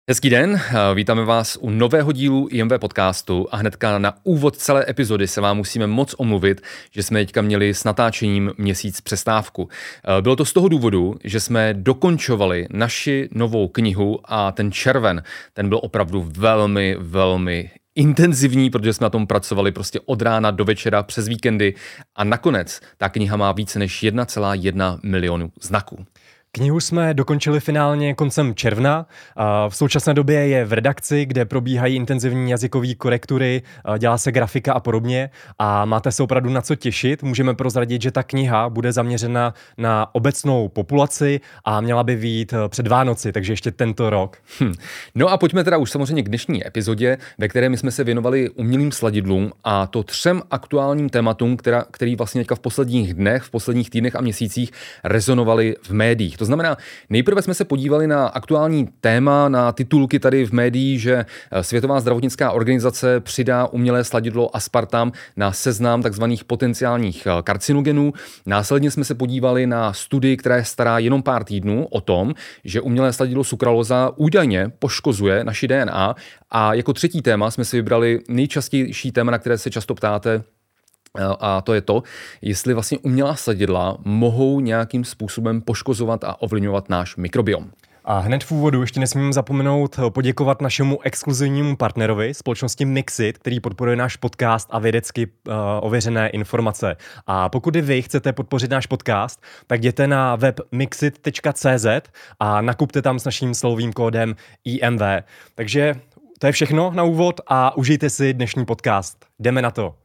Hezký den, vítáme vás u nového dílu IMV podcastu a hnedka na úvod celé epizody se vám musíme moc omluvit, že jsme teďka měli s natáčením měsíc přestávku. Bylo to z toho důvodu, že jsme dokončovali naši novou knihu a ten červen, ten byl opravdu velmi intenzivní, protože jsme na tom pracovali prostě od rána do večera přes víkendy a nakonec ta kniha má více než 1,1 milionu znaků. Knihu jsme dokončili finálně koncem června. V současné době je v redakci, kde probíhají intenzivní jazykové korektury, dělá se grafika a podobně a máte se opravdu na co těšit. Můžeme prozradit, že ta kniha bude zaměřena na obecnou populaci a měla by vyjít před Vánoci, takže ještě tento rok. No a pojďme teda už samozřejmě k dnešní epizodě, ve které my jsme se věnovali umělým sladidlům a to 3 aktuálním tématům, který vlastně teďka v posledních dnech, v posledních týdnech a měsících rezonovaly v médiích. To znamená, nejprve jsme se podívali na aktuální téma, na titulky tady v médiích, že Světová zdravotnická organizace přidá umělé sladidlo aspartam na seznam takzvaných potenciálních karcinogenů. Následně jsme se podívali na studii, která je stará jenom pár týdnů o tom, že umělé sladidlo sukralóza údajně poškozuje naši DNA. A jako třetí téma jsme si vybrali nejčastější téma, na které se často ptáte, a to je to, jestli vlastně umělá sladidla mohou nějakým způsobem poškozovat a ovlivňovat náš mikrobiom. A hned v úvodu ještě nesmím zapomenout poděkovat našemu exkluzivnímu partnerovi, společnosti Mixit, který podporuje náš podcast a vědecky ověřené informace. A pokud i vy chcete podpořit náš podcast, tak jděte na web mixit.cz a nakupte tam s naším slovým kódem IMV. Takže to je všechno na úvod a užijte si dnešní podcast. Jdeme na to.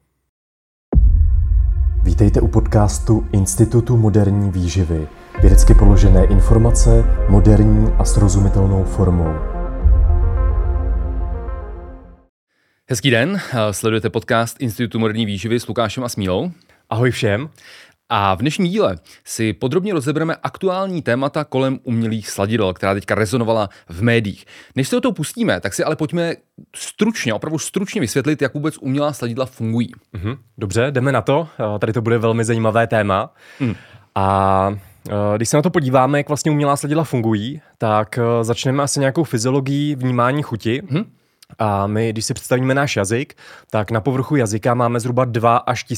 Vítejte u podcastu Institutu moderní výživy. Vědecky položené informace, moderní a srozumitelnou formou. Hezký den, sledujete podcast Institutu moderní výživy s Lukášem a Smílou. Ahoj všem. A v dnešním díle si podrobně rozebereme aktuální témata kolem umělých sladidel, která teďka rezonovala v médiích. Než se do toho pustíme, tak si ale pojďme opravdu stručně vysvětlit, jak vůbec umělá sladidla fungují. Dobře, jdeme na to. Tady to bude velmi zajímavé téma. A když se na to podíváme, jak vlastně umělá sladidla fungují, tak začneme asi nějakou fyziologií vnímání chuti. A my, když si představíme náš jazyk, tak na povrchu jazyka máme zhruba 2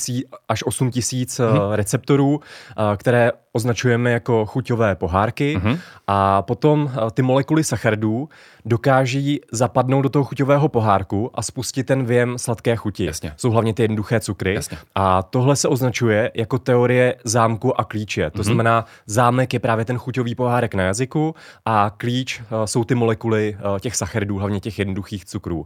až 8 tisíc receptorů, které označujeme jako chuťové pohárky. A potom ty molekuly sacharidů dokáží zapadnout do toho chuťového pohárku a spustit ten vjem sladké chuti. Jasně. Jsou hlavně ty jednoduché cukry. Jasně. A tohle se označuje jako teorie zámku a klíče. To znamená, zámek je právě ten chuťový pohárek na jazyku a klíč jsou ty molekuly těch sacharidů, hlavně těch jednoduchých cukrů.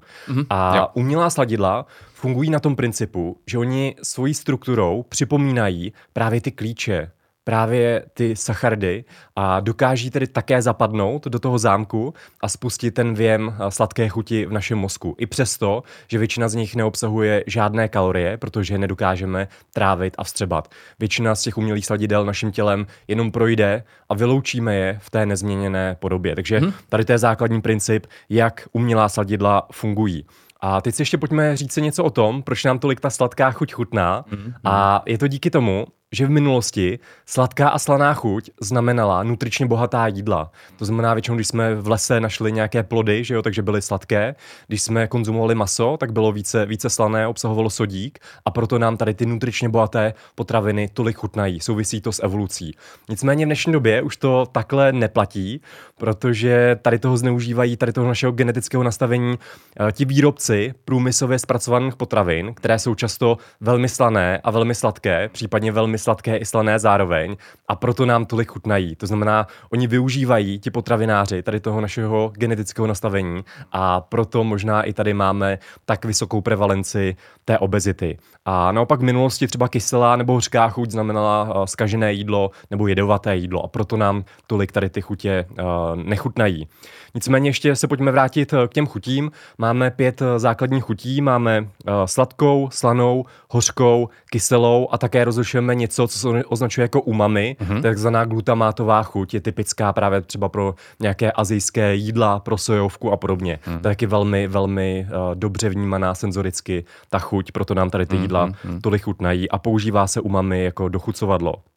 A umělá sladidla fungují na tom principu, že oni svojí strukturou připomínají právě ty klíče, právě ty sacharidy a dokáží tedy také zapadnout do toho zámku a spustit ten vjem sladké chuti v našem mozku. I přesto, že většina z nich neobsahuje žádné kalorie, protože je nedokážeme trávit a vstřebat. Většina z těch umělých sladidel naším tělem jenom projde a vyloučíme je v té nezměněné podobě. Takže tady to je základní princip, jak umělá sladidla fungují. A teď si ještě pojďme říct si něco o tom, proč nám tolik ta sladká chuť chutná. A je to díky tomu, že v minulosti sladká a slaná chuť znamenala nutričně bohatá jídla. To znamená, většinou, když jsme v lese našli nějaké plody, že jo, takže byly sladké. Když jsme konzumovali maso, tak bylo více slané, obsahovalo sodík a proto nám tady ty nutričně bohaté potraviny tolik chutnají. Souvisí to s evolucí. Nicméně v dnešní době už to takhle neplatí, protože tady toho zneužívají, tady toho našeho genetického nastavení ti výrobci průmyslově zpracovaných potravin, které jsou často velmi slané a velmi sladké, případně velmi sladké i slané zároveň a proto nám tolik chutnají. To znamená, oni využívají ti potravináři tady toho našeho genetického nastavení a proto možná i tady máme tak vysokou prevalenci té obezity. A naopak v minulosti třeba kyselá nebo hořká chuť znamenala zkažené jídlo nebo jedovaté jídlo a proto nám tolik tady ty chutě nechutnají. Nicméně ještě se pojďme vrátit k těm chutím. Máme 5 základních chutí, máme sladkou, slanou, hořkou, kyselou a také rozlišujeme něco, co se označuje jako umami, takzvaná glutamátová chuť, je typická právě třeba pro nějaké asijské jídla, pro sojovku a podobně. To je taky velmi dobře vnímaná senzoricky ta chuť, proto nám tady ty jídla tolik chutnají a používá se umami jako dochucovadlo.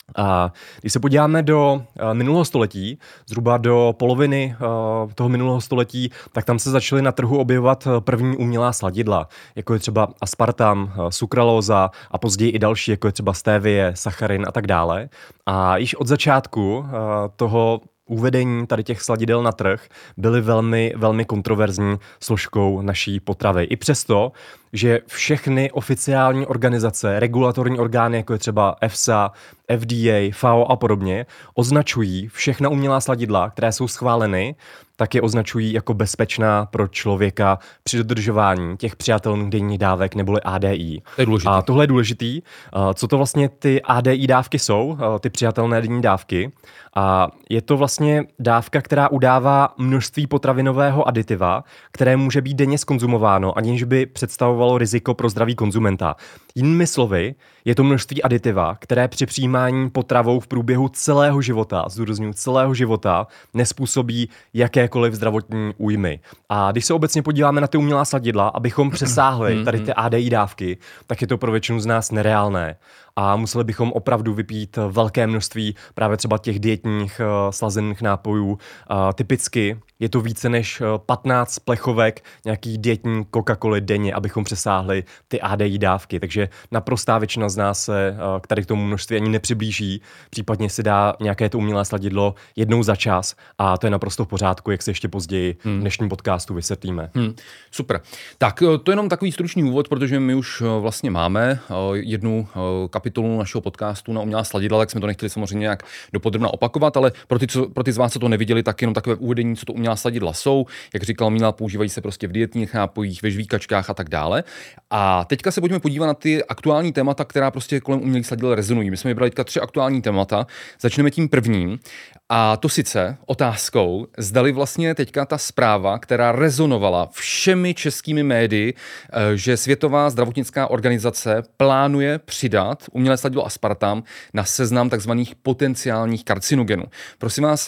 A když se podíváme do minulého století, zhruba do poloviny toho minulého století, tak tam se začaly na trhu objevovat první umělá sladidla, jako je třeba aspartam, sukralóza a později i další, jako je třeba stevie, sacharin a tak dále. A již od začátku toho uvedení tady těch sladidel na trh byly velmi, velmi kontroverzní složkou naší potravy. I přesto, že všechny oficiální organizace, regulatorní orgány, jako je třeba EFSA, FDA, FAO a podobně, označují všechna umělá sladidla, které jsou schváleny, tak je označují jako bezpečná pro člověka při dodržování těch přijatelných denních dávek neboli ADI. To je důležitý. A tohle je důležitý. Co to vlastně ty ADI dávky jsou, ty přijatelné denní dávky? A je to vlastně dávka, která udává množství potravinového aditiva, které může být denně zkonzumováno, aniž by představovalo riziko pro zdraví konzumenta. Jinými slovy, je to množství aditiva, které při přijímání potravou v průběhu celého života, zdůrazňuji celého života, nespůsobí jakékoliv zdravotní újmy. A když se obecně podíváme na ty umělá sladidla, abychom přesáhli tady ty ADI dávky, tak je to pro většinu z nás nereálné. A museli bychom opravdu vypít velké množství právě třeba těch dietních slazených nápojů. Typicky je to více než 15 plechovek nějaký dietní Coca-Coly denně, abychom přesáhli ty ADI dávky. Takže naprostá většina z nás se k tady k tomu množství ani nepřiblíží. Případně si dá nějaké to umělé sladidlo jednou za čas a to je naprosto v pořádku, jak se ještě později v dnešním podcastu vysvětlíme. Super. Tak to je jenom takový stručný úvod, protože my už vlastně máme jednu kapitolu našeho podcastu na umělá sladidla, tak jsme to nechtěli samozřejmě nějak dopodrobna opakovat, ale pro ty z vás, co to neviděli, tak jenom takové uvedení, co to umělá sladidla jsou. Jak říkal Míla, používají se prostě v dietních nápojích, ve žvíkačkách a tak dále. A teďka se pojďme podívat na ty aktuální témata, která prostě kolem umělých sladidel rezonují. My jsme vybrali teďka 3 aktuální témata. Začneme tím prvním. A to sice otázkou, zdali vlastně teďka ta zpráva, která rezonovala všemi českými médii, že Světová zdravotnická organizace plánuje přidat umělé sladidlo aspartam na seznam takzvaných potenciálních karcinogenů. Prosím vás,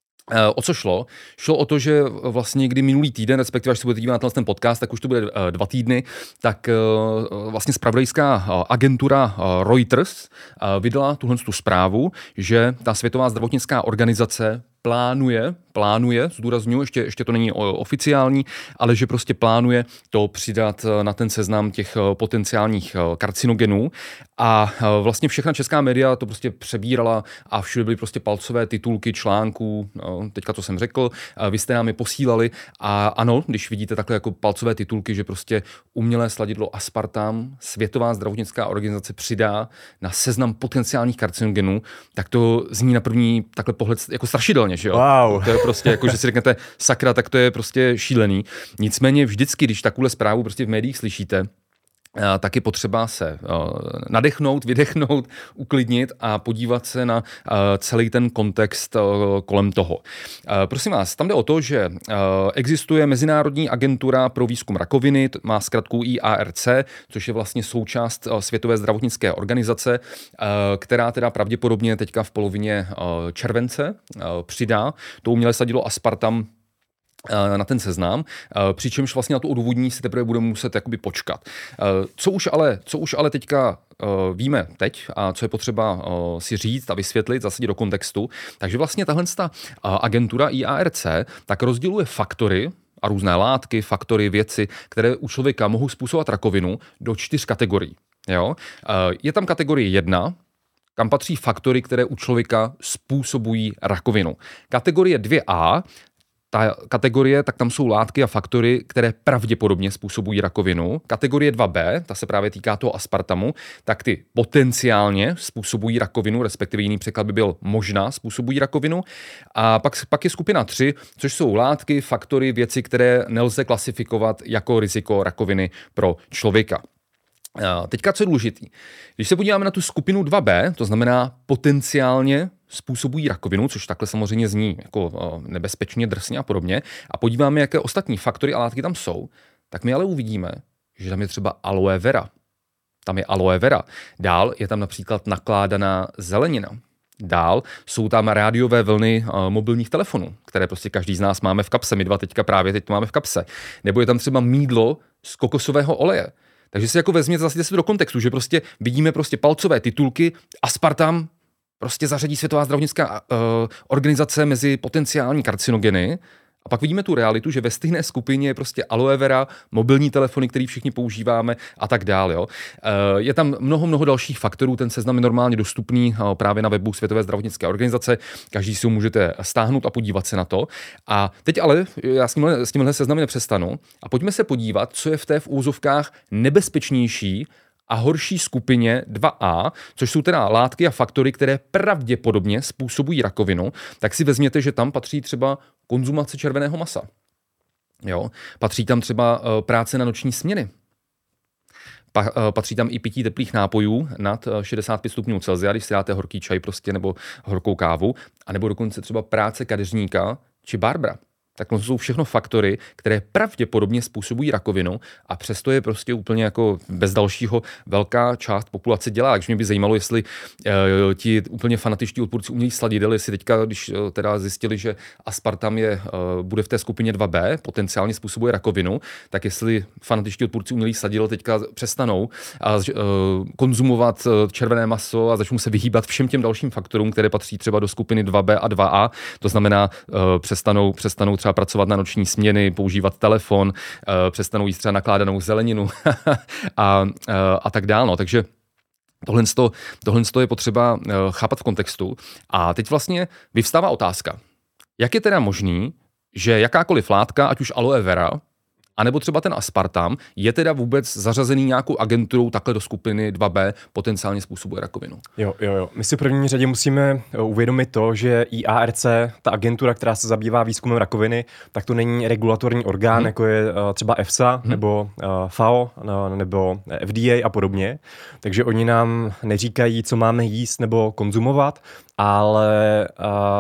o co šlo? Šlo o to, že vlastně někdy minulý týden, respektive až se budete dívat na ten podcast, tak už to bude 2 týdny, tak vlastně zpravodajská agentura Reuters vydala tu zprávu, že ta Světová zdravotnická organizace plánuje, zdůrazňuji, ještě to není oficiální, ale že prostě plánuje to přidat na ten seznam těch potenciálních karcinogenů a vlastně všechna česká média to prostě přebírala a všude byly prostě palcové titulky článků, teďka to jsem řekl, vy jste nám je posílali a ano, když vidíte takhle jako palcové titulky, že prostě umělé sladidlo aspartam Světová zdravotnická organizace přidá na seznam potenciálních karcinogenů, tak to zní na první takhle pohled jako strašidelně. Že jo? Wow. To je prostě jako, že si řeknete sakra, tak to je prostě šílený. Nicméně vždycky, když takovou zprávu prostě v médiích slyšíte, tak je potřeba se nadechnout, vydechnout, uklidnit a podívat se na celý ten kontext kolem toho. Prosím vás, tam jde o to, že existuje Mezinárodní agentura pro výzkum rakoviny, má zkratku IARC, což je vlastně součást Světové zdravotnické organizace, která teda pravděpodobně teďka v polovině července přidá to umělé sladidlo aspartam na ten seznam, přičemž vlastně na to odůvodnění si teprve budeme muset jakoby počkat. Co už ale teďka víme teď a co je potřeba si říct a vysvětlit, zasadit do kontextu, takže vlastně tahle agentura IARC tak rozděluje faktory a různé látky, faktory, věci, které u člověka mohou způsobovat rakovinu do 4 kategorií. Jo? Je tam kategorie 1, kam patří faktory, které u člověka způsobují rakovinu. Kategorie 2A, ta kategorie, tak tam jsou látky a faktory, které pravděpodobně způsobují rakovinu. Kategorie 2B, ta se právě týká toho aspartamu, tak ty potenciálně způsobují rakovinu, respektive jiný překlad by byl možná způsobují rakovinu. A pak je skupina 3, což jsou látky, faktory, věci, které nelze klasifikovat jako riziko rakoviny pro člověka. Teďka co je důležitý? Když se podíváme na tu skupinu 2B, to znamená potenciálně způsobují rakovinu, což takhle samozřejmě zní jako nebezpečně, drsně a podobně, a podíváme, jaké ostatní faktory a látky tam jsou, tak my ale uvidíme, že tam je třeba aloe vera. Tam je aloe vera. Dál je tam například nakládaná zelenina. Dál jsou tam rádiové vlny mobilních telefonů, které prostě každý z nás máme v kapse. My dva teď to máme v kapse. Nebo je tam třeba mýdlo z kokosového oleje. Takže si jako vezměte, zase do kontextu, že prostě vidíme prostě palcové titulky, aspartam prostě zařadí Světová zdravotnická organizace mezi potenciální karcinogeny. A pak vidíme tu realitu, že ve stejné skupině je prostě aloe vera, mobilní telefony, který všichni používáme a tak dále. Jo. Je tam mnoho dalších faktorů, ten seznam je normálně dostupný právě na webu Světové zdravotnické organizace, každý si ho můžete stáhnout a podívat se na to. A teď ale já s tímhle seznamy nepřestanu a pojďme se podívat, co je v té v úzovkách nebezpečnější a horší skupině 2A, což jsou teda látky a faktory, které pravděpodobně způsobují rakovinu, tak si vezměte, že tam patří třeba konzumace červeného masa. Jo? Patří tam třeba práce na noční směny. Patří tam i pití teplých nápojů nad 65 stupňů Celsia, když si dáte horký čaj prostě nebo horkou kávu, anebo dokonce třeba práce kadeřníka či barbara. Tak to jsou všechno faktory, které pravděpodobně způsobují rakovinu a přesto je prostě úplně jako bez dalšího velká část populace dělá. Takže mě by zajímalo, jestli ti úplně fanatičtí odpůrci umělých sladidel, jestli teďka, když teda zjistili, že aspartam bude v té skupině 2B, potenciálně způsobuje rakovinu, tak jestli fanatičtí odpůrci umělých sladidel teďka přestanou konzumovat červené maso a začnou se vyhýbat všem těm dalším faktorům, které patří třeba do skupiny 2B a 2A, to znamená přestanou třeba pracovat na noční směny, používat telefon, přestanou jíst třeba nakládanou zeleninu a tak dál. No. Takže tohle je potřeba chápat v kontextu. A teď vlastně vyvstává otázka, jak je teda možný, že jakákoliv látka, ať už aloe vera, anebo třeba ten aspartam, je teda vůbec zařazený nějakou agenturou takhle do skupiny 2B, potenciálně způsobuje rakovinu. Jo. My si v první řadě musíme uvědomit to, že IARC, ta agentura, která se zabývá výzkumem rakoviny, tak to není regulatorní orgán, jako je třeba EFSA, nebo FAO, nebo FDA a podobně. Takže oni nám neříkají, co máme jíst nebo konzumovat, ale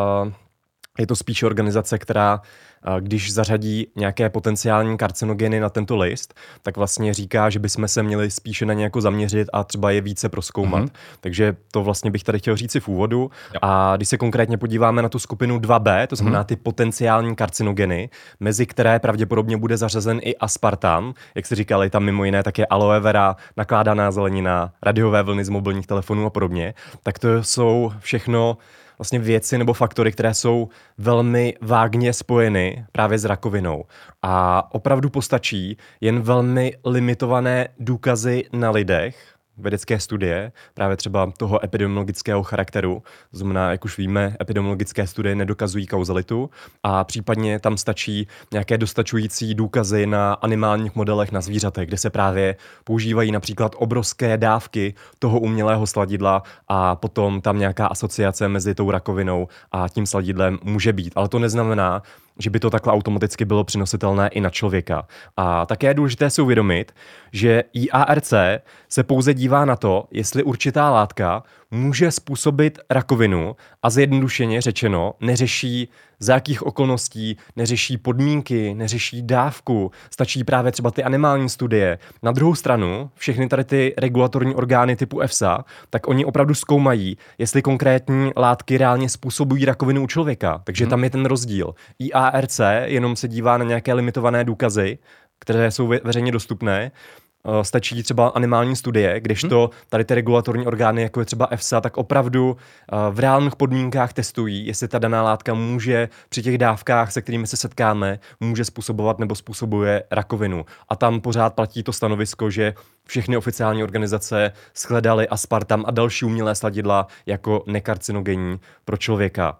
je to spíše organizace, která když zařadí nějaké potenciální karcinogeny na tento list, tak vlastně říká, že bychom se měli spíše na ně jako zaměřit a třeba je více prozkoumat. Takže to vlastně bych tady chtěl říci v úvodu. Jo. A když se konkrétně podíváme na tu skupinu 2B, to znamená ty potenciální karcinogeny, mezi které pravděpodobně bude zařazen i aspartam, jak se říkali, tam mimo jiné také aloe vera, nakládaná zelenina, radiové vlny z mobilních telefonů a podobně, tak to jsou všechno vlastně věci nebo faktory, které jsou velmi vágně spojeny právě s rakovinou. A opravdu postačí jen velmi limitované důkazy na lidech, vědecké studie, právě třeba toho epidemiologického charakteru. To znamená, jak už víme, epidemiologické studie nedokazují kauzalitu a případně tam stačí nějaké dostačující důkazy na animálních modelech na zvířatech, kde se právě používají například obrovské dávky toho umělého sladidla a potom tam nějaká asociace mezi tou rakovinou a tím sladidlem může být. Ale to neznamená, že by to takhle automaticky bylo přenositelné i na člověka. A také je důležité si uvědomit, že IARC se pouze dívá na to, jestli určitá látka může způsobit rakovinu a zjednodušeně řečeno neřeší za jakých okolností, neřeší podmínky, neřeší dávku, stačí právě třeba ty animální studie. Na druhou stranu, všechny tady ty regulatorní orgány typu EFSA, tak oni opravdu zkoumají, jestli konkrétní látky reálně způsobují rakovinu u člověka. Takže tam je ten rozdíl. IARC jenom se dívá na nějaké limitované důkazy, které jsou veřejně dostupné. Stačí třeba animální studie, kdežto tady ty regulatorní orgány, jako je třeba EFSA, tak opravdu v reálných podmínkách testují, jestli ta daná látka může při těch dávkách, se kterými se setkáme, může způsobovat nebo způsobuje rakovinu. A tam pořád platí to stanovisko, že všechny oficiální organizace shledaly aspartam a další umělé sladidla jako nekarcinogenní pro člověka.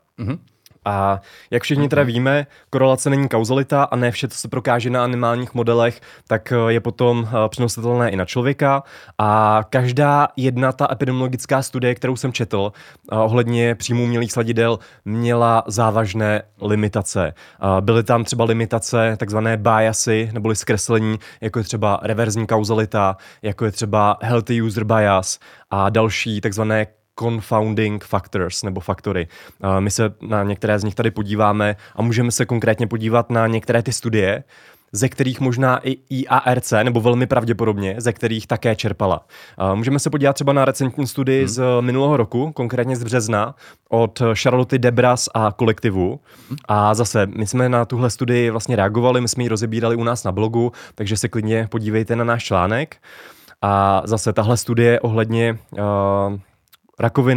A jak všichni teda víme, korelace není kauzalita a ne vše, co se prokáže na animálních modelech, tak je potom přenositelné i na člověka. A každá jedna ta epidemiologická studie, kterou jsem četl ohledně příjmu umělých sladidel, měla závažné limitace. Byly tam třeba limitace, takzvané biasy, neboli zkreslení, jako je třeba reverzní kauzalita, jako je třeba healthy user bias a další takzvané confounding factors nebo faktory. My se na některé z nich tady podíváme a můžeme se konkrétně podívat na některé ty studie, ze kterých možná i IARC, nebo velmi pravděpodobně, ze kterých také čerpala. Můžeme se podívat třeba na recentní studii z minulého roku, konkrétně z března, od Charlotte Debras a kolektivu. A zase, my jsme na tuhle studii vlastně reagovali, my jsme ji rozebírali u nás na blogu, takže se klidně podívejte na náš článek. A zase tahle studie ohledně rakoviny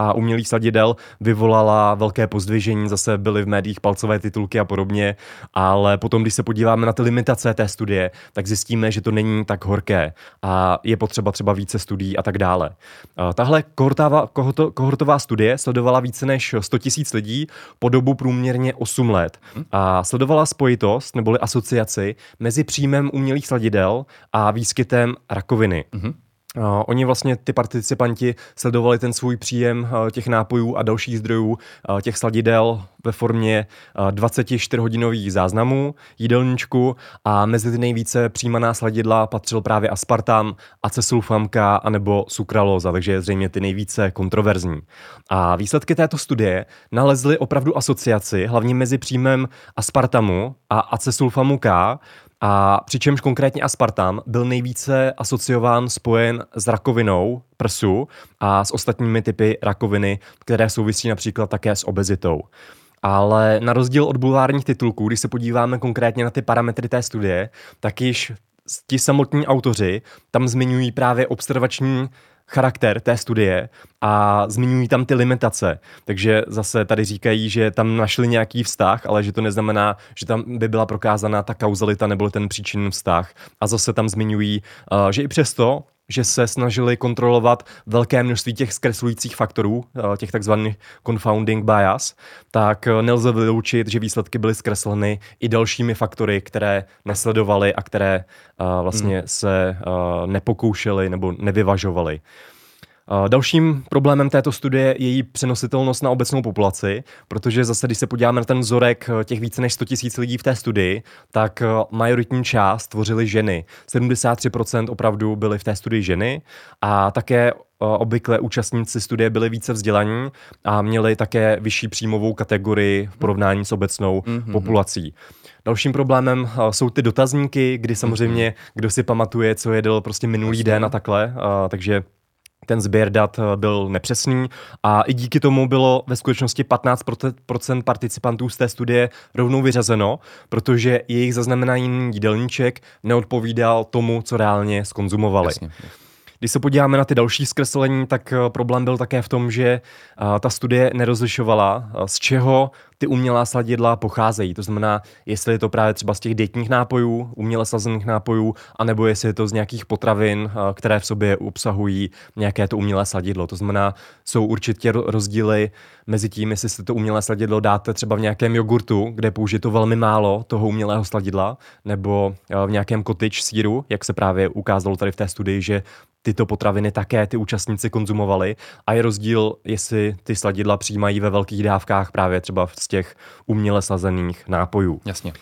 a umělých sladidel vyvolala velké pozdvižení, zase byly v médiích palcové titulky a podobně, ale potom, když se podíváme na ty limitace té studie, tak zjistíme, že to není tak horké a je potřeba třeba více studií a tak dále. Tahle kohortová studie sledovala více než 100 000 lidí po dobu průměrně 8 let a sledovala spojitost neboli asociaci mezi příjmem umělých sladidel a výskytem rakoviny. Oni vlastně, ty participanti, sledovali ten svůj příjem těch nápojů a dalších zdrojů těch sladidel ve formě 24-hodinových záznamů, jídelníčku a mezi ty nejvíce přijímaná sladidla patřil právě aspartam, acesulfamka anebo sukralóza, takže je zřejmě ty nejvíce kontroverzní. A výsledky této studie nalezly opravdu asociaci, hlavně mezi příjmem aspartamu a acesulfamu K, a přičemž konkrétně aspartam byl nejvíce asociován, spojen s rakovinou prsu a s ostatními typy rakoviny, které souvisí například také s obezitou. Ale na rozdíl od bulvárních titulků, když se podíváme konkrétně na ty parametry té studie, tak již ti samotní autoři tam zmiňují právě observační charakter té studie a zmiňují tam ty limitace. Takže zase tady říkají, že tam našli nějaký vztah, ale že to neznamená, že tam by byla prokázaná ta kauzalita nebo ten příčinný vztah. A zase tam zmiňují, že i přesto, že se snažili kontrolovat velké množství těch zkreslujících faktorů, těch takzvaných confounding bias, tak nelze vyloučit, že výsledky byly zkresleny i dalšími faktory, které nesledovaly a které vlastně se nepokoušely nebo nevyvažovaly. Dalším problémem této studie je její přenositelnost na obecnou populaci, protože zase, když se podíváme na ten vzorek těch více než 100 000 lidí v té studii, tak majoritní část tvořily ženy. 73% opravdu byly v té studii ženy a také obvykle účastníci studie byli více vzdělaní a měli také vyšší příjmovou kategorii v porovnání s obecnou populací. Dalším problémem jsou ty dotazníky, kdy samozřejmě kdo si pamatuje, co jedl prostě minulý den a takhle, takže ten sběr dat byl nepřesný a i díky tomu bylo ve skutečnosti 15% participantů z té studie rovnou vyřazeno, protože jejich zaznamenaný jídelníček neodpovídal tomu, co reálně zkonzumovali. Jasně. Když se podíváme na ty další zkreslení, tak problém byl také v tom, že ta studie nerozlišovala, z čeho ty umělá sladidla pocházejí. To znamená, jestli je to právě třeba z těch dietních nápojů, uměle slazených nápojů, anebo jestli je to z nějakých potravin, které v sobě obsahují nějaké to umělé sladidlo. To znamená, jsou určitě rozdíly mezi tím, jestli si to umělé sladidlo dáte třeba v nějakém jogurtu, kde je použito velmi málo toho umělého sladidla, nebo v nějakém cottage síru, jak se právě ukázalo tady v té studii, že tyto potraviny také ty účastníci konzumovali a je rozdíl, jestli ty sladidla přijímají ve velkých dávkách právě třeba z těch uměle slazených nápojů. Jasně.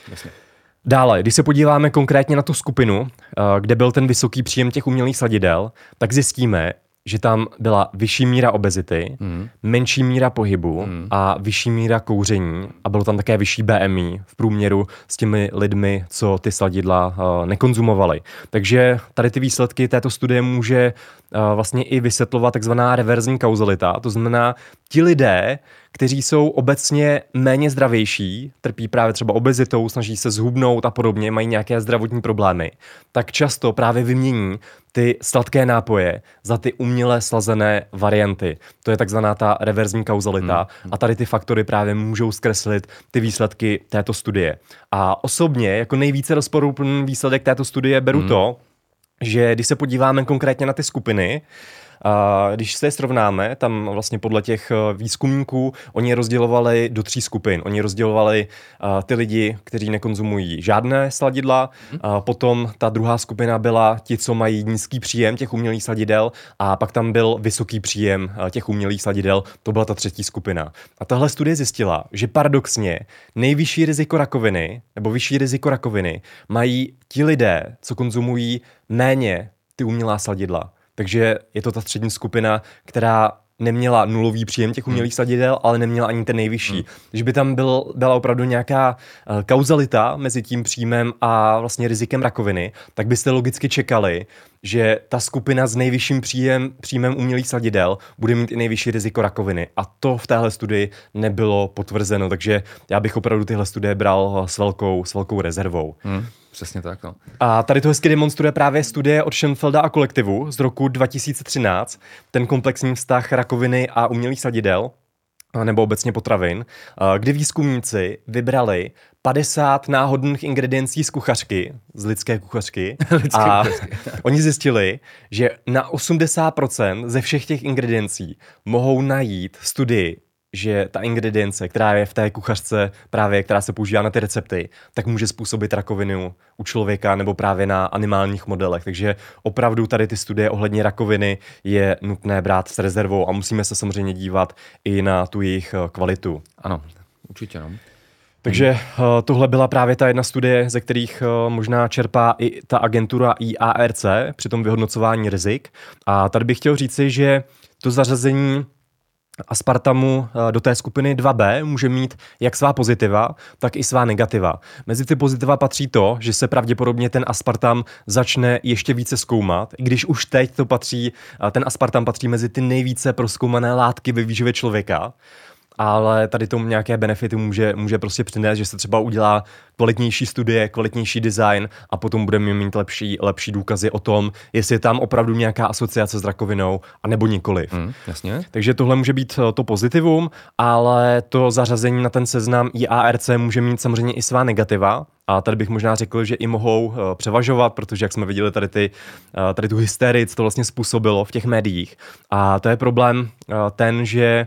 Dále, když se podíváme konkrétně na tu skupinu, kde byl ten vysoký příjem těch umělých sladidel, tak zjistíme, že tam byla vyšší míra obezity, menší míra pohybu a vyšší míra kouření a bylo tam také vyšší BMI v průměru s těmi lidmi, co ty sladidla nekonzumovali. Takže tady ty výsledky této studie může vlastně i vysvětlovat takzvaná reverzní kauzalita, to znamená ti lidé, kteří jsou obecně méně zdravější, trpí právě třeba obezitou, snaží se zhubnout a podobně, mají nějaké zdravotní problémy, tak často právě vymění ty sladké nápoje za ty uměle slazené varianty. To je takzvaná ta reverzní kauzalita a tady ty faktory právě můžou zkreslit ty výsledky této studie. A osobně jako nejvíce rozporuplný výsledek této studie beru to, že když se podíváme konkrétně na ty skupiny, když se je srovnáme, tam vlastně podle těch výzkumníků, oni je rozdělovali do 3 skupin. Oni rozdělovali ty lidi, kteří nekonzumují žádné sladidla, potom ta druhá skupina byla ti, co mají nízký příjem těch umělých sladidel a pak tam byl vysoký příjem těch umělých sladidel, to byla ta třetí skupina. A tahle studie zjistila, že paradoxně nejvyšší riziko rakoviny, nebo vyšší riziko rakoviny mají ti lidé, co konzumují méně ty umělá sladidla. Takže je to ta střední skupina, která neměla nulový příjem těch umělých sladidel, ale neměla ani ten nejvyšší. Takže by tam byla opravdu nějaká kauzalita mezi tím příjmem a vlastně rizikem rakoviny, tak byste logicky čekali, že ta skupina s nejvyšším příjmem umělých sladidel bude mít i nejvyšší riziko rakoviny. A to v téhle studii nebylo potvrzeno, takže já bych opravdu tyhle studie bral s velkou rezervou. Přesně tak, no. A tady to hezky demonstruje právě studie od Schoenfelda a kolektivu z roku 2013, ten komplexní vztah rakoviny a umělých sadidel, nebo obecně potravin, kdy výzkumníci vybrali 50 náhodných ingrediencí z kuchařky, z lidské kuchařky. A oni zjistili, že na 80% ze všech těch ingrediencí mohou najít studii, že ta ingredience, která je v té kuchařce právě, která se používá na ty recepty, tak může způsobit rakovinu u člověka nebo právě na animálních modelech. Takže opravdu tady ty studie ohledně rakoviny je nutné brát s rezervou a musíme se samozřejmě dívat i na tu jejich kvalitu. Ano, určitě, no. Takže tohle byla právě ta jedna studie, ze kterých možná čerpá i ta agentura IARC při tom vyhodnocování rizik. A tady bych chtěl říci, že to zařazení aspartamu do té skupiny 2B může mít jak svá pozitiva, tak i svá negativa. Mezi ty pozitiva patří to, že se pravděpodobně ten aspartam začne ještě více zkoumat, i když už teď ten aspartam patří mezi ty nejvíce prozkoumané látky ve výživě člověka. Ale tady tomu nějaké benefity může prostě přinést, že se třeba udělá kvalitnější studie, kvalitnější design a potom budeme mít lepší důkazy o tom, jestli je tam opravdu nějaká asociace s rakovinou, anebo nikoliv. Jasně. Takže tohle může být to pozitivum, ale to zařazení na ten seznam IARC může mít samozřejmě i svá negativa. A tady bych možná řekl, že i mohou převažovat, protože jak jsme viděli tady tu hysterii, co to vlastně způsobilo v těch médiích. A to je problém ten, že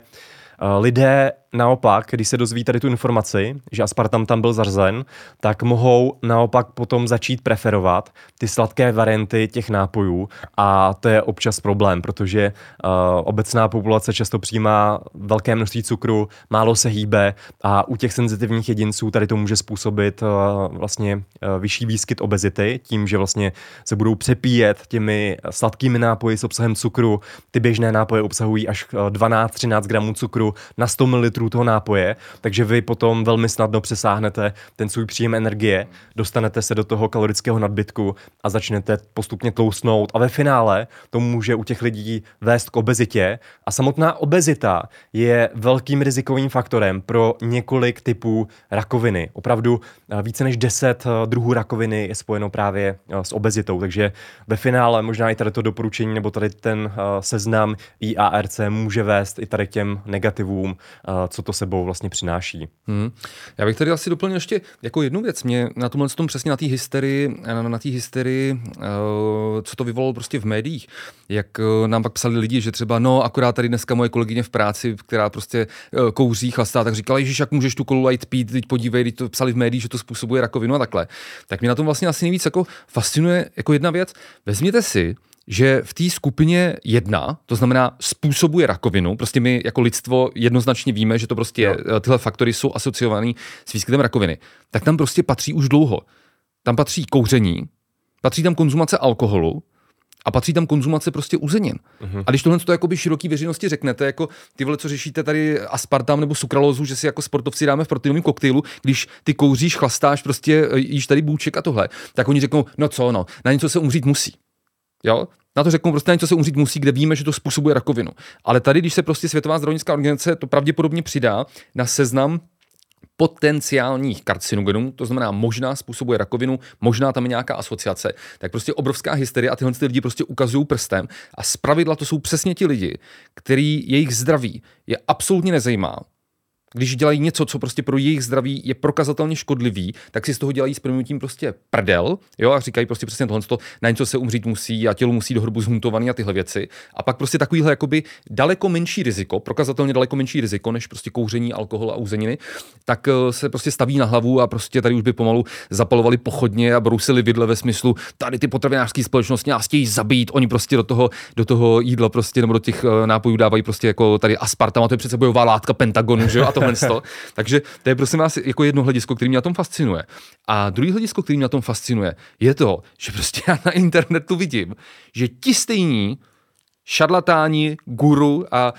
lidé naopak, když se dozví tady tu informaci, že aspartam tam byl zařazen, tak mohou naopak potom začít preferovat ty sladké varianty těch nápojů a to je občas problém, protože obecná populace často přijímá velké množství cukru, málo se hýbe a u těch senzitivních jedinců tady to může způsobit vlastně vyšší výskyt obezity, tím, že vlastně se budou přepíjet těmi sladkými nápoji s obsahem cukru. Ty běžné nápoje obsahují až 12-13 gramů cukru na 100 ml toho nápoje, takže vy potom velmi snadno přesáhnete ten svůj příjem energie, dostanete se do toho kalorického nadbytku a začnete postupně tlousnout a ve finále to může u těch lidí vést k obezitě a samotná obezita je velkým rizikovým faktorem pro několik typů rakoviny. Opravdu více než 10 druhů rakoviny je spojeno právě s obezitou, takže ve finále možná i tady to doporučení nebo tady ten seznam IARC může vést i tady k těm negativům, co to sebou vlastně přináší. Já bych tady asi doplnil ještě jako jednu věc. Mě na tomhle tom přesně na té hysterii, co to vyvolalo prostě v médiích, jak nám pak psali lidi, že třeba akorát tady dneska moje kolegyně v práci, která prostě kouří, chlastá, tak říkala, Ježiš, jak můžeš tu kolu jít pít, teď podívej, teď to psali v médiích, že to způsobuje rakovinu a takhle. Tak mě na tom vlastně asi nejvíc jako fascinuje jako jedna věc. Vezměte si, že v té skupině 1, to znamená způsobuje rakovinu, prostě my jako lidstvo jednoznačně víme, že to prostě tyhle faktory jsou asociované s výskytem rakoviny, tak tam prostě patří už dlouho. Tam patří kouření, patří tam konzumace alkoholu a patří tam konzumace prostě uzenin. A když tohle to jakoby široký veřejnosti řeknete, jako ty vole, co řešíte tady aspartam nebo sukralózu, že si jako sportovci dáme v proteinovém koktejlu, když ty kouříš, chlastáš, prostě jíš tady bůček a tohle, tak oni řeknou, na něco se umřít musí. Jo? Na to řeknou prostě na něco se umřít musí, kde víme, že to způsobuje rakovinu. Ale tady, když se prostě Světová zdravotnická organizace to pravděpodobně přidá na seznam potenciálních karcinogenů, to znamená možná způsobuje rakovinu, možná tam je nějaká asociace, tak prostě obrovská hysterie a tyhle lidi prostě ukazují prstem a zpravidla to jsou přesně ti lidi, který jejich zdraví je absolutně nezajímá. Když dělají něco, co prostě pro jejich zdraví je prokazatelně škodlivý, tak si z toho dělají s prominutím prostě prdel, jo, a říkají prostě přesně tohle, na něco se umřít musí a tělo musí do hrobu zhmutovaný a tyhle věci. A pak prostě takovýhle jakoby daleko menší riziko, prokazatelně daleko menší riziko než prostě kouření, alkohol a uzeniny, tak se prostě staví na hlavu a prostě tady už by pomalu zapalovali pochodně a brousili vidle ve smyslu, tady ty potravinářské společnosti nás chtějí zabít, oni prostě do toho jídla prostě nebo do těch nápojů dávají prostě jako tady aspartam, a to je přece bojová látka Pentagonu, že jo, a takže to je prosím vás jako jedno hledisko, který mě na tom fascinuje. A druhý hledisko, který mě na tom fascinuje, je to, že prostě já na internetu vidím, že ti stejní šarlatáni, guru a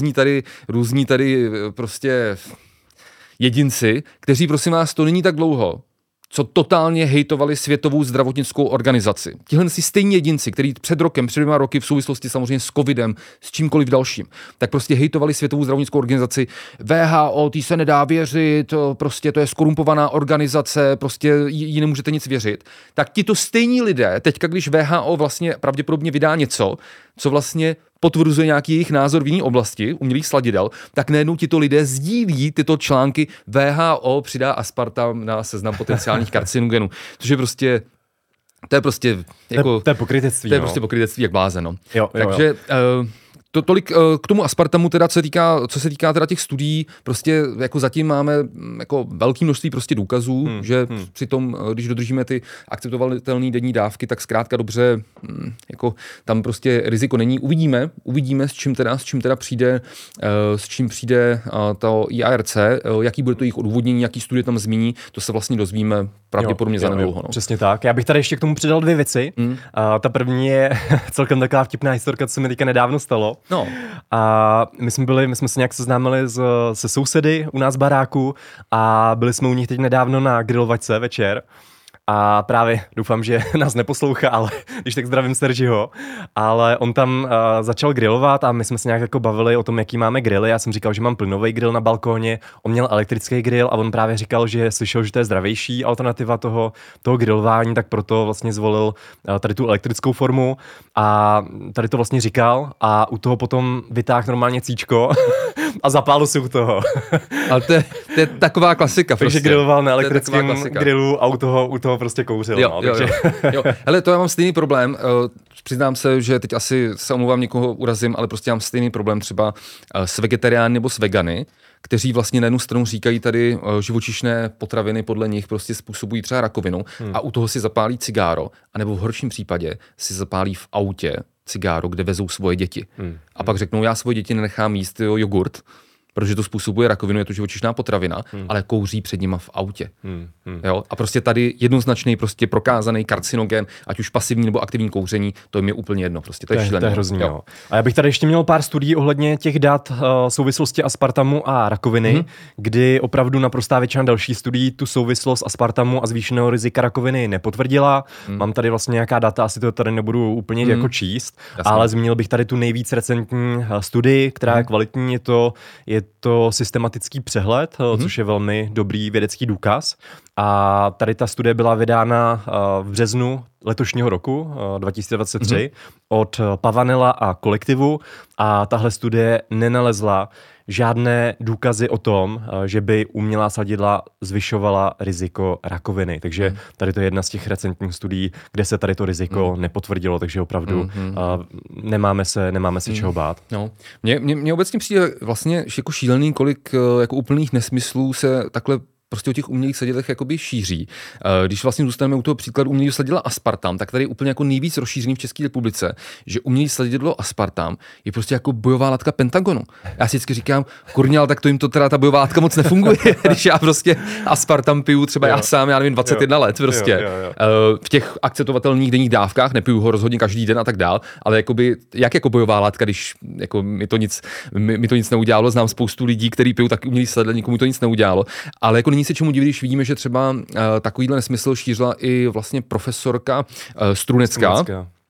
různí tady prostě jedinci, kteří prosím vás, to není tak dlouho, co totálně hejtovali Světovou zdravotnickou organizaci. Tihle si stejní jedinci, kteří před 2 roky v souvislosti samozřejmě s covidem, s čímkoliv dalším, tak prostě hejtovali Světovou zdravotnickou organizaci. VHO, tý se nedá věřit, prostě to je skorumpovaná organizace, prostě jí nemůžete nic věřit. Tak tito stejní lidé, teďka když VHO vlastně pravděpodobně vydá něco, co vlastně potvrzuje nějaký jejich názor v jiné oblasti, umělých sladidel, tak najednou tito lidé sdílí tyto články. VHO přidá aspartam na seznam potenciálních karcinogenů, což je prostě to je pokrytectví. To je prostě pokrytectví jak blázen. No. Takže to tolik k tomu aspartamu, teda, co se týká teda těch studií, prostě jako zatím máme jako velké množství prostě důkazů, že při tom, když dodržíme ty akceptovatelné denní dávky, tak zkrátka dobře, jako tam prostě riziko není. Uvidíme, s čím teda přijde, to IARC, jaký bude to jejich odůvodnění, jaký studie tam zmíní, to se vlastně dozvíme pravděpodobně za nedlouho. No. Přesně tak. Já bych tady ještě k tomu přidal 2 věci. Ta první je celkem taková vtipná historka, co mi teďka nedávno stalo. No. A my jsme se nějak seznámili se sousedy u nás v baráku a byli jsme u nich teď nedávno na grilovačce večer. A právě doufám, že nás neposlouchá, ale když tak zdravím Sergiho, ale on tam začal grilovat a my jsme se nějak jako bavili o tom, jaký máme grily. Já jsem říkal, že mám plynový grill na balkóně, on měl elektrický grill a on právě říkal, že slyšel, že to je zdravější alternativa toho grilování, tak proto vlastně zvolil tady tu elektrickou formu a tady to vlastně říkal a u toho potom vytáhl normálně cíčko a zapálil si u toho. Ale to je taková klasika. Takže prostě. griloval na elektrickém grilu a u toho prostě kouřil. Jo. Hele, to já mám stejný problém. Přiznám se, že teď asi se omlouvám, někoho urazím, ale prostě mám stejný problém třeba s vegetariány nebo s vegany, kteří vlastně na jednu stranu říkají tady živočišné potraviny podle nich prostě způsobují třeba rakovinu a u toho si zapálí cigáro, anebo v horším případě si zapálí v autě cigáro, kde vezou svoje děti. A pak řeknou, já svoje děti nenechám jíst jogurt, protože to způsobuje rakovinu, je to živočišná potravina, ale kouří před nima v autě. Jo? A prostě tady jednoznačný prostě prokázaný karcinogen, ať už pasivní nebo aktivní kouření, to jim je úplně jedno. Prostě to je šílené. To je hrozný. Jo. A já bych tady ještě měl pár studií ohledně těch dat souvislosti aspartamu a rakoviny, kdy opravdu naprostá většina dalších studií tu souvislost aspartamu a zvýšeného rizika rakoviny nepotvrdila. Mám tady vlastně nějaká data, asi to tady nebudu úplně jako číst, ale zmínil bych tady tu nejvíc recentní studii, která je kvalitní, je to systematický přehled, což je velmi dobrý vědecký důkaz. A tady ta studie byla vydána v březnu letošního roku, 2023, od Pavanella a kolektivu. A tahle studie nenalezla žádné důkazy o tom, že by umělá sladidla zvyšovala riziko rakoviny. Takže tady to je jedna z těch recentních studií, kde se tady to riziko nepotvrdilo, takže opravdu nemáme se čeho bát. No. Mně obecně přijde vlastně jako šílený, kolik jako úplných nesmyslů se takhle prostě o těch umělých sladidlech jakoby šíří. Když vlastně zůstaneme u toho příkladu umělého sladidla aspartam, tak tady je úplně jako nejvíc rozšířený v České republice, že umělé sladidlo aspartam je prostě jako bojová látka Pentagonu. Já si vždycky říkám, kurňal, tak to jim to teda ta bojová látka moc nefunguje, když já prostě aspartam piju třeba já sám, já nevím, 21 let prostě. V těch akceptovatelných denních dávkách, nepiju ho rozhodně každý den a tak dál, ale jakoby, jak jako bojová látka, když jako mi to nic neudělalo, znám spoustu lidí, kteří pijou taky umělý sladidla, nikomu to nic neudělalo, ale jako není se čemu divit, když vidíme, že třeba takovýhle nesmysl šířila i vlastně profesorka Strunecká,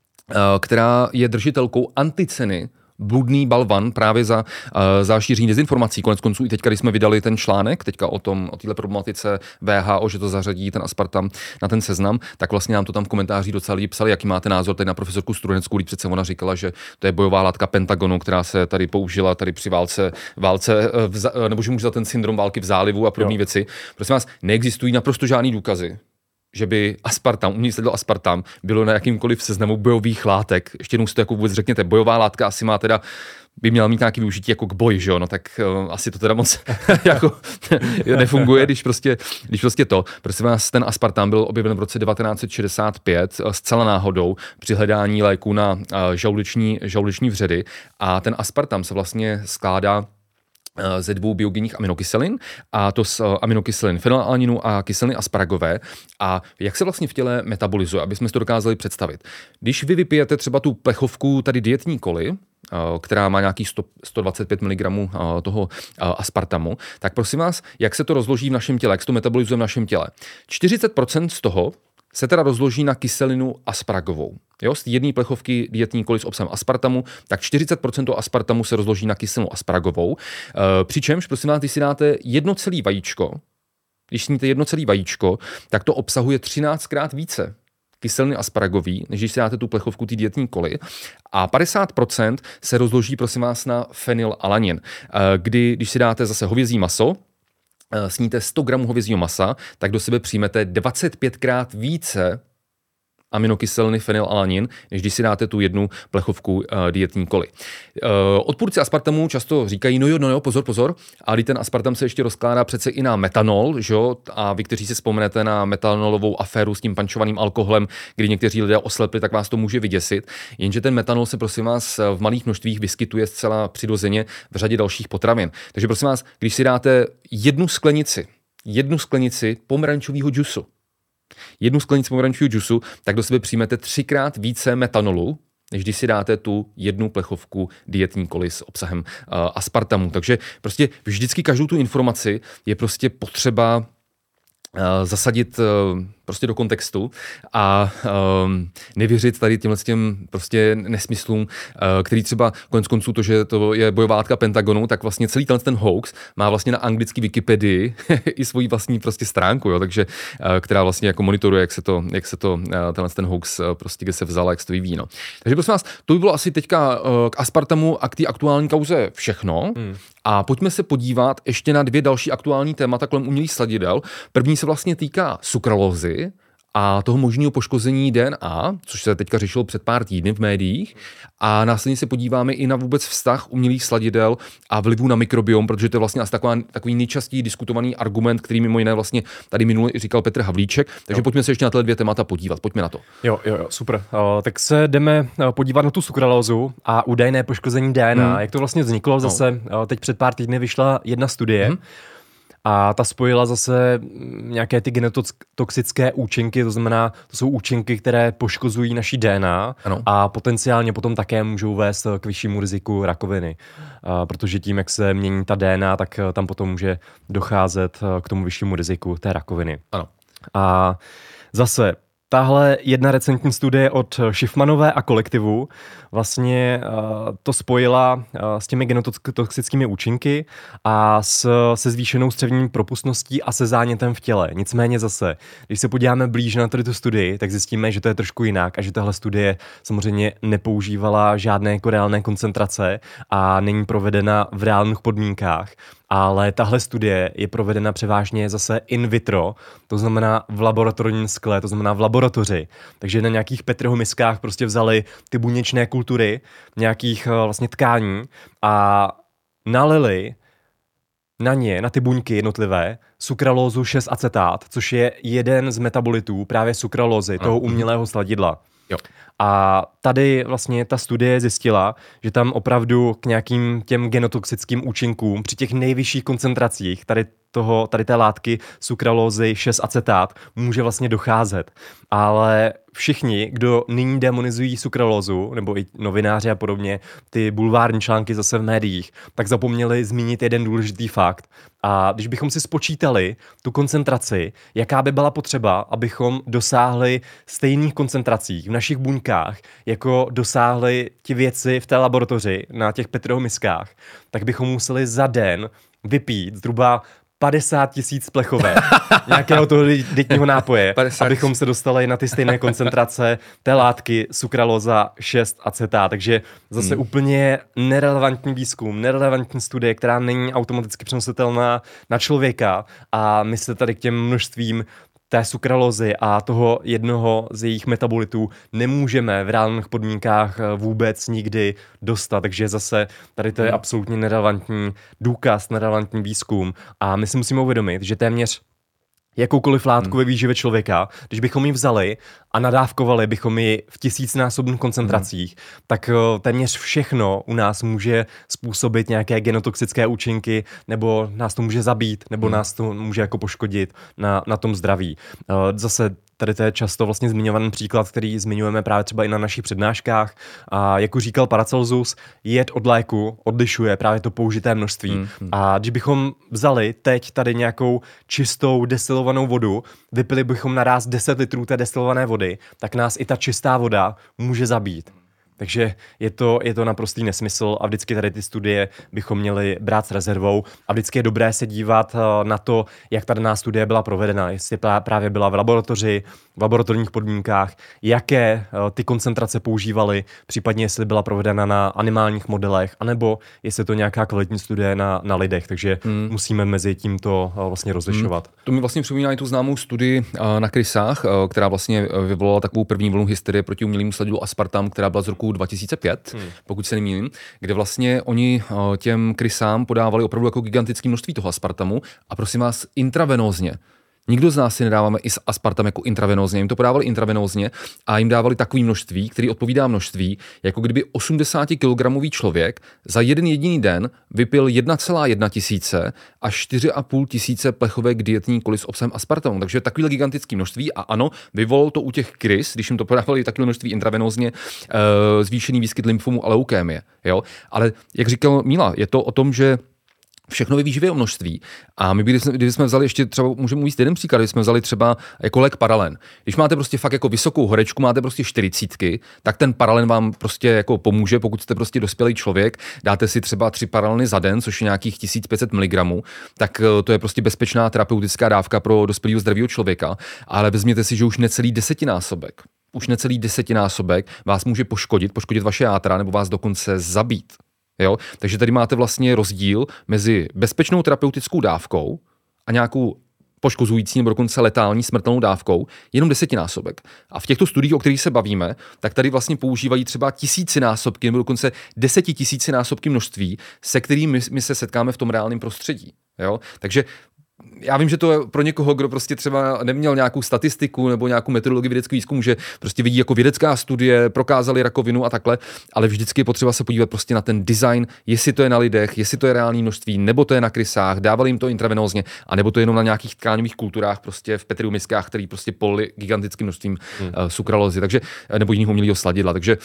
která je držitelkou anticeny Bludný balvan právě za šíření dezinformací. Konec konců i teďka, když jsme vydali ten článek teďka o téhle problematice VHO, že to zařadí ten aspartam na ten seznam, tak vlastně nám to tam v komentářích docela lidi psali, jaký máte názor tady na profesorku Struneckou, když přece ona říkala, že to je bojová látka Pentagonu, která se tady použila tady při válce nebo že může za ten syndrom války v zálivu a podobné věci. Prosím vás, neexistují naprosto žádný důkazy, že by aspartam, umělé sladidlo aspartam bylo na jakýmkoliv seznamu bojových látek. Ještě jednou si to jako vůbec řekněte, bojová látka asi má teda by měla mít nějaký využití jako k boji, že jo, no tak asi to teda moc jako nefunguje, když prostě to. Prosím vás, ten aspartam byl objeven v roce 1965 zcela náhodou při hledání léku na žaludeční vředy a ten aspartam se vlastně skládá ze 2 biogenních aminokyselin, a to z aminokyselin fenylalaninu a kyseliny asparagové. A jak se vlastně v těle metabolizuje, aby jsme si to dokázali představit. Když vy vypijete třeba tu plechovku tady dietní koly, která má nějakých 125 mg toho aspartamu, tak prosím vás, jak se to rozloží v našem těle, jak se to metabolizuje v našem těle. 40% z toho se teda rozloží na kyselinu asparagovou. Jo, z jedné plechovky dietní koly s obsahem aspartamu, tak 40% toho aspartamu se rozloží na kyselinu asparagovou. Přičemž, prosím vás, když si dáte jedno celé vajíčko, když sníte jedno celé vajíčko, tak to obsahuje 13krát více kyseliny asparagový, než když si dáte tu plechovku té dietní koly. A 50% se rozloží, prosím vás, na fenylalanin. Když si dáte zase hovězí maso, sníte 100 gramů hovězího masa, tak do sebe přijmete 25krát více aminokyseliny fenylalanin, než když si dáte tu jednu plechovku dietní koly. Odpůrci aspartamu často říkají, no jo, pozor, ale ten aspartam se ještě rozkládá přece i na metanol, že? A vy, kteří si vzpomenete na metanolovou aféru s tím pančovaným alkoholem, kdy někteří lidé oslepli, tak vás to může vyděsit. Jenže ten metanol se, prosím vás, v malých množstvích vyskytuje zcela přirozeně v řadě dalších potravin. Takže prosím vás, když si dáte jednu sklenici pomerančového džusu, tak do sebe přijmete 3krát více metanolu, než když si dáte tu jednu plechovku dietní koly s obsahem aspartamu. Takže prostě vždycky každou tu informaci je prostě potřeba zasadit prostě do kontextu a nevěřit tady těm prostě nesmyslům, který třeba konec konců to, že to je bojová látka Pentagonu, tak vlastně celý ten hoax má vlastně na anglický Wikipedii i svoji vlastní prostě stránku, jo, takže která vlastně jako monitoruje, jak se to ten hoax prostě kde se vzal, jak se to vyvíjí, no. Takže prosím vás, to by bylo asi teďka k aspartamu a k té aktuální kauze všechno. A pojďme se podívat ještě na 2 další aktuální témata kolem umělých sladidel. První se vlastně týká sukralózy a toho možného poškození DNA, což se teďka řešilo před pár týdny v médiích. A následně se podíváme i na vůbec vztah umělých sladidel a vlivu na mikrobiom, protože to je vlastně asi takový nejčastěji diskutovaný argument, který mimo jiné vlastně tady minule i říkal Petr Havlíček. Takže pojďme se ještě na tyhle 2 témata podívat. Pojďme na to. Jo, super. Tak se jdeme podívat na tu sukralózu a údajné poškození DNA. Jak to vlastně vzniklo? Zase teď před pár týdny vyšla jedna studie. A ta spojila zase nějaké ty genotoxické účinky, to znamená, to jsou účinky, které poškozují naší DNA a potenciálně potom také můžou vést k vyššímu riziku rakoviny. Protože tím, jak se mění ta DNA, tak tam potom může docházet k tomu vyššímu riziku té rakoviny. Ano. A zase tahle jedna recentní studie od Schiffmanové a kolektivu vlastně to spojila s těmi genotoxickými účinky a se zvýšenou střevní propustností a se zánětem v těle. Nicméně zase, když se podíváme blíž na tu studii, tak zjistíme, že to je trošku jinak a že tahle studie samozřejmě nepoužívala žádné reálné koncentrace a není provedena v reálných podmínkách. Ale tahle studie je provedena převážně zase in vitro, to znamená v laboratorním skle, to znamená v laboratoři. Takže na nějakých Petriho miskách prostě vzali ty buněčné kultury nějakých vlastně tkání a nalili na ně, na ty buňky jednotlivé, sukralózu 6-acetát, což je jeden z metabolitů právě sukralózy, toho umělého sladidla. Jo. A tady vlastně ta studie zjistila, že tam opravdu k nějakým těm genotoxickým účinkům při těch nejvyšších koncentracích tady té látky sukralózy 6-acetát může vlastně docházet. Ale všichni, kdo nyní demonizují sukralózu, nebo i novináři a podobně, ty bulvární články zase v médiích, tak zapomněli zmínit jeden důležitý fakt. A když bychom si spočítali tu koncentraci, jaká by byla potřeba, abychom dosáhli stejných koncentracích v našich buňkách, jako dosáhli ti vědci v té laboratoři na těch Petriho miskách, tak bychom museli za den vypít zhruba 50 000 plechovek nějakého toho dětního nápoje, abychom se dostali na ty stejné koncentrace té látky sukralóza 6-acetát. Takže zase úplně nerelevantní výzkum, nerelevantní studie, která není automaticky přenositelná na člověka a my se tady k těm množstvím té sukralózy a toho jednoho z jejich metabolitů nemůžeme v reálných podmínkách vůbec nikdy dostat. Takže zase tady to je absolutně nerelevantní důkaz, nerelevantní výzkum a my si musíme uvědomit, že téměř jakoukoliv látku ve výživě člověka, když bychom ji vzali a nadávkovali bychom ji v 1000násobných koncentracích, tak téměř všechno u nás může způsobit nějaké genotoxické účinky, nebo nás to může zabít, nebo nás to může jako poškodit na tom zdraví. Zase tady to je často vlastně zmiňovaný příklad, který zmiňujeme právě třeba i na našich přednáškách. A jak už říkal Paracelsus, jed od léku odlišuje právě to použité množství. A když bychom vzali teď tady nějakou čistou destilovanou vodu, vypili bychom naráz 10 litrů té destilované vody, tak nás i ta čistá voda může zabít. Takže je to naprostý nesmysl a vždycky tady ty studie bychom měli brát s rezervou a vždycky je dobré se dívat na to, jak ta daná studie byla provedena, jestli právě byla v laboratoři, v laboratorních podmínkách, jaké ty koncentrace používali, případně jestli byla provedena na animálních modelech, anebo jestli to nějaká kvalitní studie na lidech, takže musíme mezi tímto vlastně rozlišovat. To mi vlastně připomíná i tu známou studii na krysách, která vlastně vyvolala takovou první vlnu hysterie proti umělému sladilu aspartam, která byla z roku 2005, pokud se nemýlím, kde vlastně oni těm krysám podávali opravdu jako gigantické množství toho aspartamu a prosím vás intravenózně. Nikdo z nás si nedáváme i aspartam jako intravenózně, jim to podávali intravenózně a jim dávali takové množství, který odpovídá množství, jako kdyby 80 kg člověk za jeden jediný den vypil 1,1 tisíce a 4,5 tisíce plechovek dietní koly s obsahem aspartamu. Takže takové gigantické množství a ano, vyvolalo to u těch krys, když jim to podávali takové množství intravenózně, zvýšený výskyt lymfomu a leukémie. Jo? Ale jak říkal Míla, je to o tom, že všechno ve výživě o množství. A my kdybychom vzali ještě třeba, můžeme uvést jeden příklad, kdybychom vzali třeba jako lék paralen. Když máte prostě fakt jako vysokou horečku, máte prostě 40, tak ten paralen vám prostě jako pomůže, pokud jste prostě dospělý člověk, dáte si třeba 3 paraleny za den, což je nějakých 1500 mg, tak to je prostě bezpečná terapeutická dávka pro dospělého zdravého člověka, ale vezměte si, že už necelý 10násobek vás může poškodit vaše játra nebo vás dokonce zabít. Jo? Takže tady máte vlastně rozdíl mezi bezpečnou terapeutickou dávkou a nějakou poškozující nebo dokonce letální smrtelnou dávkou, jenom 10násobek. A v těchto studiích, o kterých se bavíme, tak tady vlastně používají třeba 1000násobky nebo dokonce 10 000násobky množství, se kterými my se setkáme v tom reálném prostředí. Jo? Takže já vím, že to je pro někoho, kdo prostě třeba neměl nějakou statistiku nebo nějakou metodologii vědeckého výzkumu, že prostě vidí jako vědecká studie, prokázali rakovinu a takhle, ale vždycky je potřeba se podívat prostě na ten design, jestli to je na lidech, jestli to je reálné množství, nebo to je na krysách, dávali jim to intravenózně, a nebo to je jenom na nějakých tkáňových kulturách prostě v petriu miskách, který prostě polili gigantickým množstvím sukralózy, takže nebo jiného umělého sladidla, takže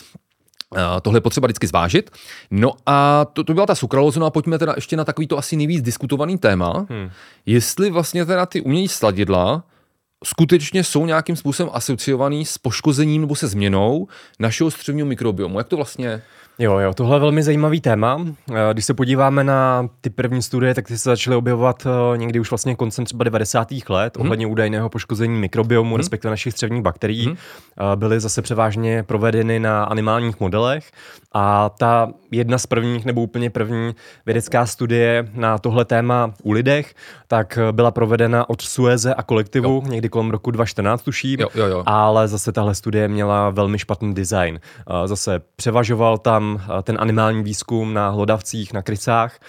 tohle je potřeba vždycky zvážit. No a to byla ta sukralóza, no a pojďme teda ještě na takový to asi nejvíc diskutovaný téma, jestli vlastně teda ty umělý sladidla skutečně jsou nějakým způsobem asociovaný s poškozením nebo se změnou našeho střevního mikrobiomu. Jak to vlastně? Jo, tohle je velmi zajímavý téma. Když se podíváme na ty první studie, tak ty se začaly objevovat někdy už vlastně koncem třeba 90. let ohledně údajného poškození mikrobiomu, respektive našich střevních bakterií. Byly zase převážně provedeny na animálních modelech a ta jedna z prvních nebo úplně první vědecká studie na tohle téma u lidech, tak byla provedena od Sueze a kolektivu někdy kolem roku 2014 tuším, ale zase tahle studie měla velmi špatný design. Zase převažoval tam ten animální výzkum na hlodavcích, na krysách.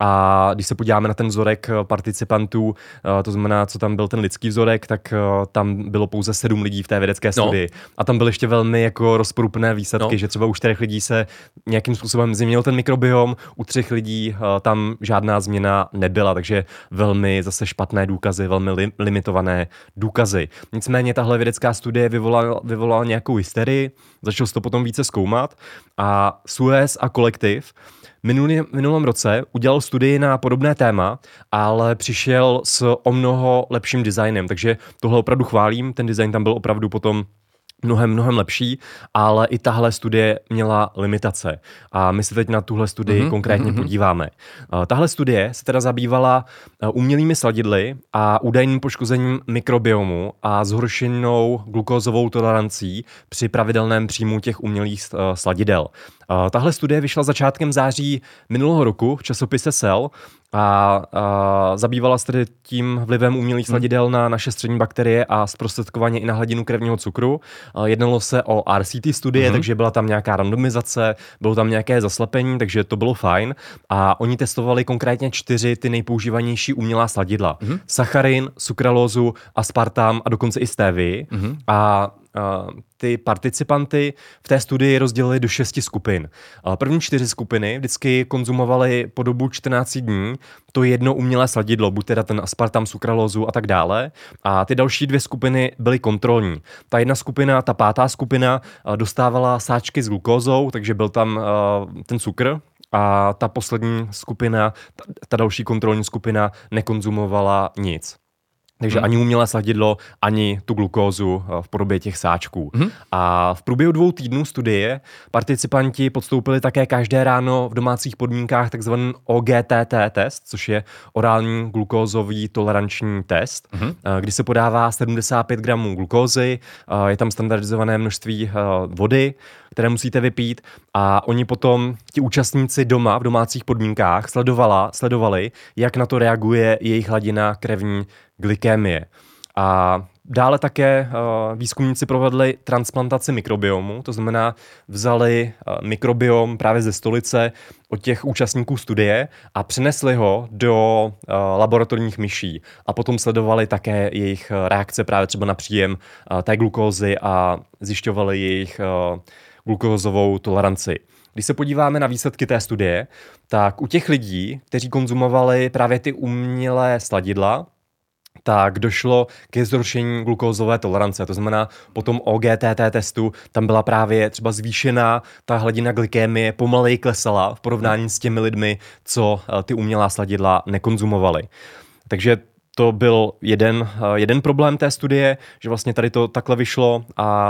A když se podíváme na ten vzorek participantů, to znamená, co tam byl ten lidský vzorek, tak tam bylo pouze 7 lidí v té vědecké studii. A tam byly ještě velmi jako rozporuplné výsledky, že třeba u 4 lidí se nějakým způsobem změnil ten mikrobiom, u 3 lidí tam žádná změna nebyla, takže velmi zase špatné důkazy, velmi limitované důkazy. Nicméně tahle vědecká studie vyvolala nějakou hysterii, začal se to potom více zkoumat a Suez a kolektiv minulém roce udělal studii na podobné téma, ale přišel s o mnoho lepším designem, takže tohle opravdu chválím, ten design tam byl opravdu potom mnohem lepší, ale i tahle studie měla limitace. A my se teď na tuhle studii konkrétně podíváme. Tahle studie se teda zabývala umělými sladidly a údajným poškozením mikrobiomu a zhoršenou glukózovou tolerancí při pravidelném příjmu těch umělých sladidel. Tahle studie vyšla začátkem září minulého roku v časopise Cell a zabývala se tedy tím vlivem umělých sladidel na naše střevní bakterie a zprostředkovaně i na hladinu krevního cukru. Jednalo se o RCT studie, takže byla tam nějaká randomizace, bylo tam nějaké zaslepení, takže to bylo fajn. A oni testovali konkrétně 4 ty nejpoužívanější umělá sladidla. Sacharin, sukralózu, aspartam a dokonce i stevii. A ty participanty v té studii rozdělili do 6 skupin. První 4 skupiny vždycky konzumovaly po dobu 14 dní to jedno umělé sladidlo, buď teda ten aspartam, sukralózu a tak dále. A ty další 2 skupiny byly kontrolní. Ta jedna skupina, ta 5. skupina, dostávala sáčky s glukózou, takže byl tam ten cukr. A ta poslední skupina, ta další kontrolní skupina nekonzumovala nic. Takže ani umělé sladidlo, ani tu glukózu v podobě těch sáčků. A v průběhu 2 týdnů studie participanti podstoupili také každé ráno v domácích podmínkách takzvaný OGTT test, což je orální glukózový toleranční test, kdy se podává 75 gramů glukózy, je tam standardizované množství vody, které musíte vypít, a oni potom, ti účastníci doma v domácích podmínkách sledovali, jak na to reaguje jejich hladina krevní glykémie. A dále také výzkumníci provedli transplantaci mikrobiomu, to znamená vzali mikrobiom právě ze stolice od těch účastníků studie a přenesli ho do laboratorních myší a potom sledovali také jejich reakce právě třeba na příjem té glukózy a zjišťovali jejich glukózovou toleranci. Když se podíváme na výsledky té studie, tak u těch lidí, kteří konzumovali právě ty umělé sladidla, tak došlo ke zhoršení glukózové tolerance. To znamená, po tom OGTT testu tam byla právě třeba zvýšená ta hladina glykémie, pomaleji klesala v porovnání s těmi lidmi, co ty umělá sladidla nekonzumovali. Takže to byl jeden problém té studie, že vlastně tady to takhle vyšlo,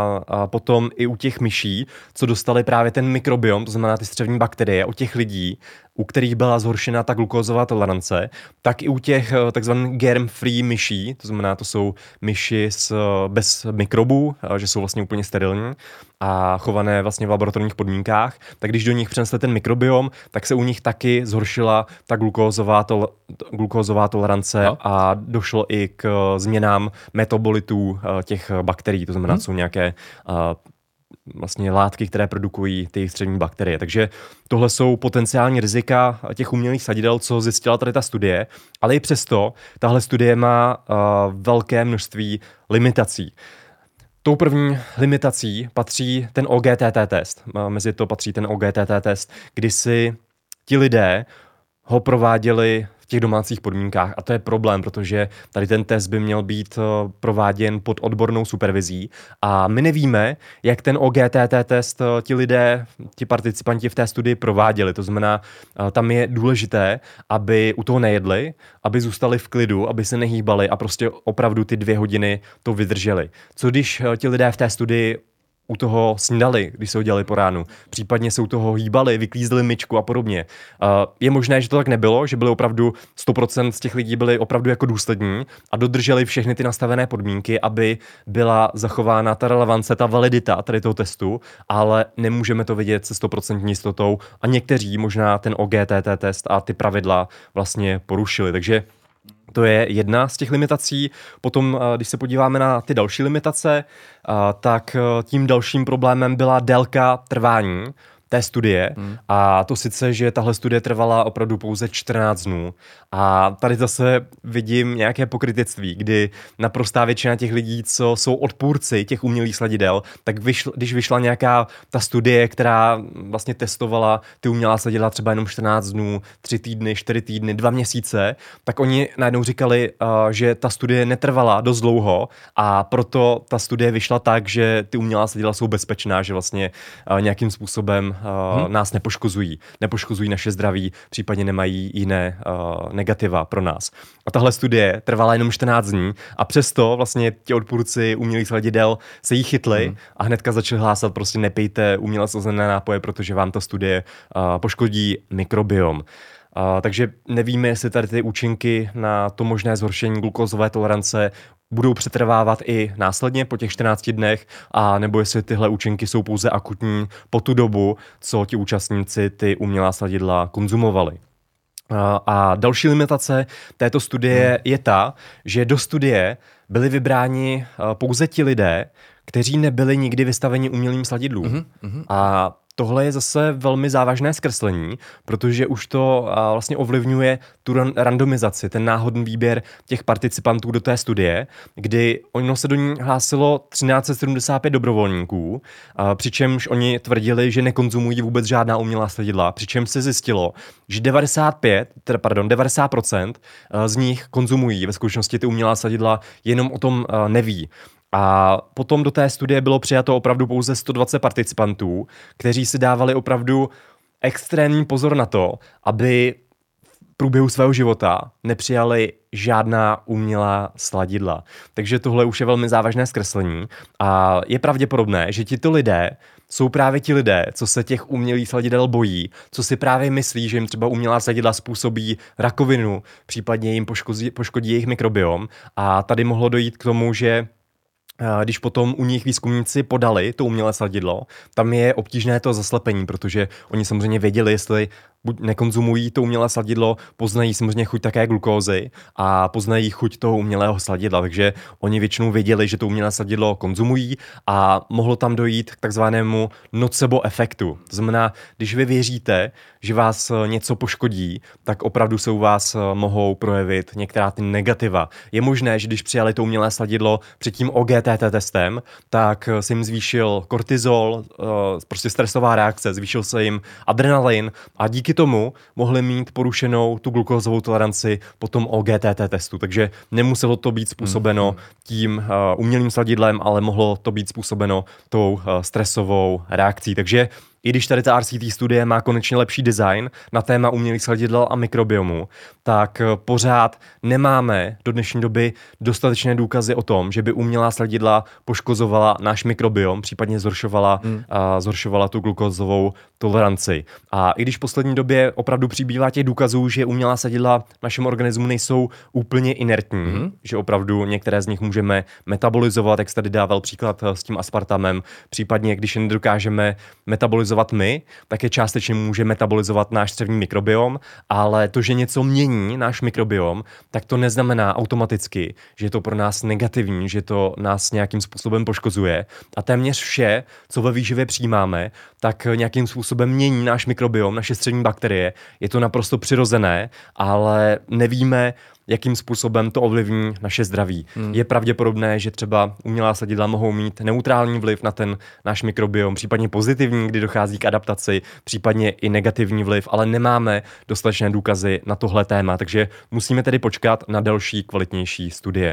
a potom i u těch myší, co dostali právě ten mikrobiom, to znamená ty střevní bakterie, u těch lidí, u kterých byla zhoršena ta glukózová tolerance, tak i u těch takzvaných germ-free myší, to znamená, to jsou myši bez mikrobů, že jsou vlastně úplně sterilní a chované vlastně v laboratorních podmínkách, tak když do nich přenesli ten mikrobiom, tak se u nich taky zhoršila ta glukózová tolerance a došlo i k změnám metabolitů těch bakterií, to znamená, jsou nějaké vlastně látky, které produkují ty střevní bakterie. Takže tohle jsou potenciální rizika těch umělých sladidel, co zjistila tady ta studie, ale i přesto tahle studie má velké množství limitací. Tou první limitací patří ten OGTT test. Mezi to patří ten OGTT test, kdy si ti lidé ho prováděli v těch domácích podmínkách, a to je problém, protože tady ten test by měl být prováděn pod odbornou supervizí a my nevíme, jak ten OGTT test ti lidé, ti participanti v té studii prováděli. To znamená, tam je důležité, aby u toho nejedli, aby zůstali v klidu, aby se nehýbali a prostě opravdu ty 2 hodiny to vydrželi. Co když ti lidé v té studii u toho snídali, když se ho dělali po ránu, případně se u toho hýbali, vyklízeli myčku a podobně. Je možné, že to tak nebylo, že byli opravdu 100% z těch lidí byli opravdu jako důslední a dodrželi všechny ty nastavené podmínky, aby byla zachována ta relevance, ta validita tady toho testu, ale nemůžeme to vidět se 100% jistotou a někteří možná ten OGTT test a ty pravidla vlastně porušili. Takže to je jedna z těch limitací. Potom, když se podíváme na ty další limitace, tak tím dalším problémem byla délka trvání té studie. A to sice, že tahle studie trvala opravdu pouze 14 dnů. A tady zase vidím nějaké pokrytectví, kdy naprostá většina těch lidí, co jsou odpůrci těch umělých sladidel, tak když vyšla nějaká ta studie, která vlastně testovala ty umělá sladidla třeba jenom 14 dnů, 3 týdny, 4 týdny, 2 měsíce, tak oni najednou říkali, že ta studie netrvala dost dlouho a proto ta studie vyšla tak, že ty umělá sladidla jsou bezpečná, že vlastně nějakým způsobem nás nepoškozují naše zdraví, případně nemají jiné negativa pro nás. A tahle studie trvala jenom 14 dní a přesto vlastně ti odpůrci umělých sladidel se jí chytli a hnedka začali hlásat, prostě nepijte uměle slazené nápoje, protože vám ta studie poškodí mikrobiom. Takže nevíme, jestli tady ty účinky na to možné zhoršení glukózové tolerance budou přetrvávat i následně po těch 14 dnech, a nebo jestli tyhle účinky jsou pouze akutní po tu dobu, co ti účastníci ty umělá sladidla konzumovali. A další limitace této studie je ta, že do studie byli vybráni pouze ti lidé, kteří nebyli nikdy vystaveni umělým sladidlům. A tohle je zase velmi závažné zkreslení, protože už to vlastně ovlivňuje tu randomizaci, ten náhodný výběr těch participantů do té studie, kdy ono se do ní hlásilo 1375 dobrovolníků, přičemž oni tvrdili, že nekonzumují vůbec žádná umělá sladidla, přičemž se zjistilo, že 90% z nich konzumují ve skutečnosti ty umělá sladidla, jenom o tom neví. A potom do té studie bylo přijato opravdu pouze 120 participantů, kteří si dávali opravdu extrémní pozor na to, aby v průběhu svého života nepřijali žádná umělá sladidla. Takže tohle už je velmi závažné zkreslení a je pravděpodobné, že tito lidé jsou právě ti lidé, co se těch umělých sladidel bojí, co si právě myslí, že jim třeba umělá sladidla způsobí rakovinu, případně jim poškodí jejich mikrobiom. A tady mohlo dojít k tomu, že když potom u nich výzkumníci podali to umělé sladidlo, tam je obtížné to zaslepení, protože oni samozřejmě věděli, jestli buď nekonzumují to umělé sladidlo, poznají samozřejmě chuť také glukózy a poznají chuť toho umělého sladidla, takže oni většinou věděli, že to umělé sladidlo konzumují a mohlo tam dojít k takzvanému nocebo efektu. To znamená, když vy věříte, že vás něco poškodí, tak opravdu se u vás mohou projevit některá ty negativa. Je možné, že když přijali to umělé sladidlo před tím OGTT testem, tak se jim zvýšil kortizol, prostě stresová reakce, zvýšil se jim adrenalin a díky tomu mohli mít porušenou tu glukózovou toleranci po tom OGTT testu. Takže nemuselo to být způsobeno tím umělým sladidlem, ale mohlo to být způsobeno tou stresovou reakcí. Takže i když tady ta RCT studie má konečně lepší design na téma umělých sladidel a mikrobiomu, tak pořád nemáme do dnešní doby dostatečné důkazy o tom, že by umělá sladidla poškozovala náš mikrobiom, případně zhoršovala tu glukózovou toleranci. A i když v poslední době opravdu přibývá těch důkazů, že umělá sladidla v našem organismu nejsou úplně inertní, že opravdu některé z nich můžeme metabolizovat, jak jsi tady dával příklad s tím aspartamem, případně když je nedokážeme metabolizovat my, tak je částečně může metabolizovat náš střevní mikrobiom, ale to, že něco mění náš mikrobiom, tak to neznamená automaticky, že je to pro nás negativní, že to nás nějakým způsobem poškozuje. A téměř vše, co ve výživě přijímáme, tak nějakým způsobem mění náš mikrobiom, naše střevní bakterie. Je to naprosto přirozené, ale nevíme, jakým způsobem to ovlivní naše zdraví. Je pravděpodobné, že třeba umělá sladidla mohou mít neutrální vliv na ten náš mikrobiom, případně pozitivní, kdy dochází k adaptaci, případně i negativní vliv, ale nemáme dostatečné důkazy na tohle téma, takže musíme tedy počkat na další kvalitnější studie.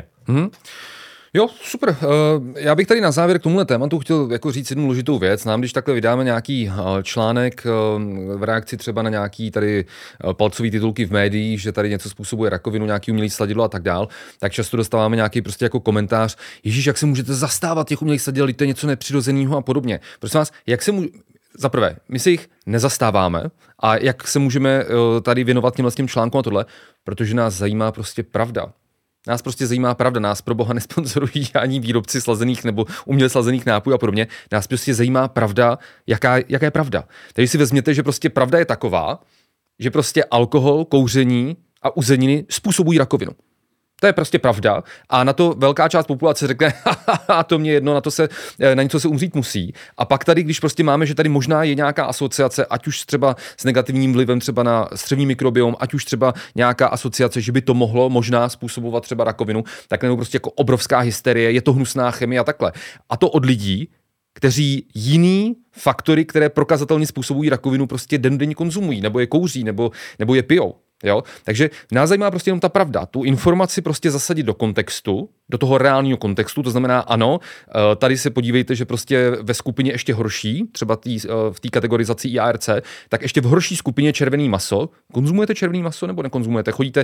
Jo, super. Já bych tady na závěr k tomuhle tématu chtěl jako říct jednu důležitou věc. Nám, když takhle vydáme nějaký článek v reakci třeba na nějaký tady palcový titulky v médiích, že tady něco způsobuje rakovinu, nějaký umělý sladidlo a tak dál, tak často dostáváme nějaký prostě jako komentář: Ježíš, jak se můžete zastávat těch umělých sladidel, to je něco nepřirozeného a podobně. Prosím vás, jak se za prvé, my se jich nezastáváme a jak se můžeme tady věnovat těm článkům a tohle, protože nás zajímá prostě pravda. Nás prostě zajímá pravda, nás pro boha nesponzorují ani výrobci slazených nebo uměle slazených nápojů a podobně. Nás prostě zajímá pravda, jaká je pravda. Takže si vezměte, že prostě pravda je taková, že prostě alkohol, kouření a uzeniny způsobují rakovinu. To je prostě pravda a na to velká část populace řekne, to mě jedno, na něco se umřít musí. A pak tady, když prostě máme, že tady možná je nějaká asociace, ať už třeba s negativním vlivem třeba na střevní mikrobiom, ať už třeba nějaká asociace, že by to mohlo možná způsobovat třeba rakovinu, tak nebo prostě jako obrovská hysterie, je to hnusná chemie a takhle. A to od lidí, kteří jiný faktory, které prokazatelně způsobují rakovinu, prostě denně konzumují, nebo je kouří, nebo je pijou. Jo? Takže nás zajímá prostě jenom ta pravda, tu informaci prostě zasadit do kontextu, do toho reálního kontextu, to znamená ano, tady se podívejte, že prostě ve skupině ještě horší, třeba v té kategorizaci IARC, tak ještě v horší skupině červený maso. Konzumujete červený maso nebo nekonzumujete? Chodíte,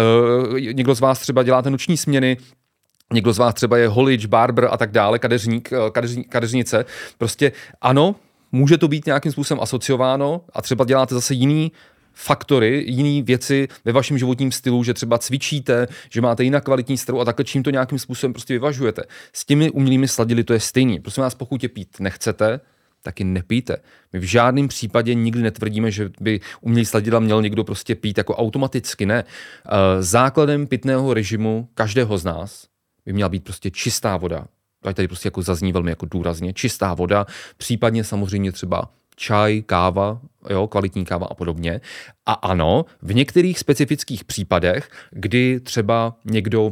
někdo z vás třeba děláte noční směny, někdo z vás třeba je holič, barber a tak dále, kadeřnice. Prostě ano, může to být nějakým způsobem asociováno a třeba děláte zase jiný faktory, jiné věci ve vašem životním stylu, že třeba cvičíte, že máte jinak kvalitní stravu a takhle, čím to nějakým způsobem prostě vyvažujete. S těmi umělými sladidly to je stejný. Prosím vás, pokud je pít nechcete, taky nepijte. My v žádném případě nikdy netvrdíme, že by umělý sladidla měl někdo prostě pít jako automaticky, ne. Základem pitného režimu každého z nás by měla být prostě čistá voda. Tady prostě jako zazní velmi jako důrazně, čistá voda, případně samozřejmě třeba čaj, káva, jo, kvalitní káva a podobně. A ano, v některých specifických případech, kdy třeba někdo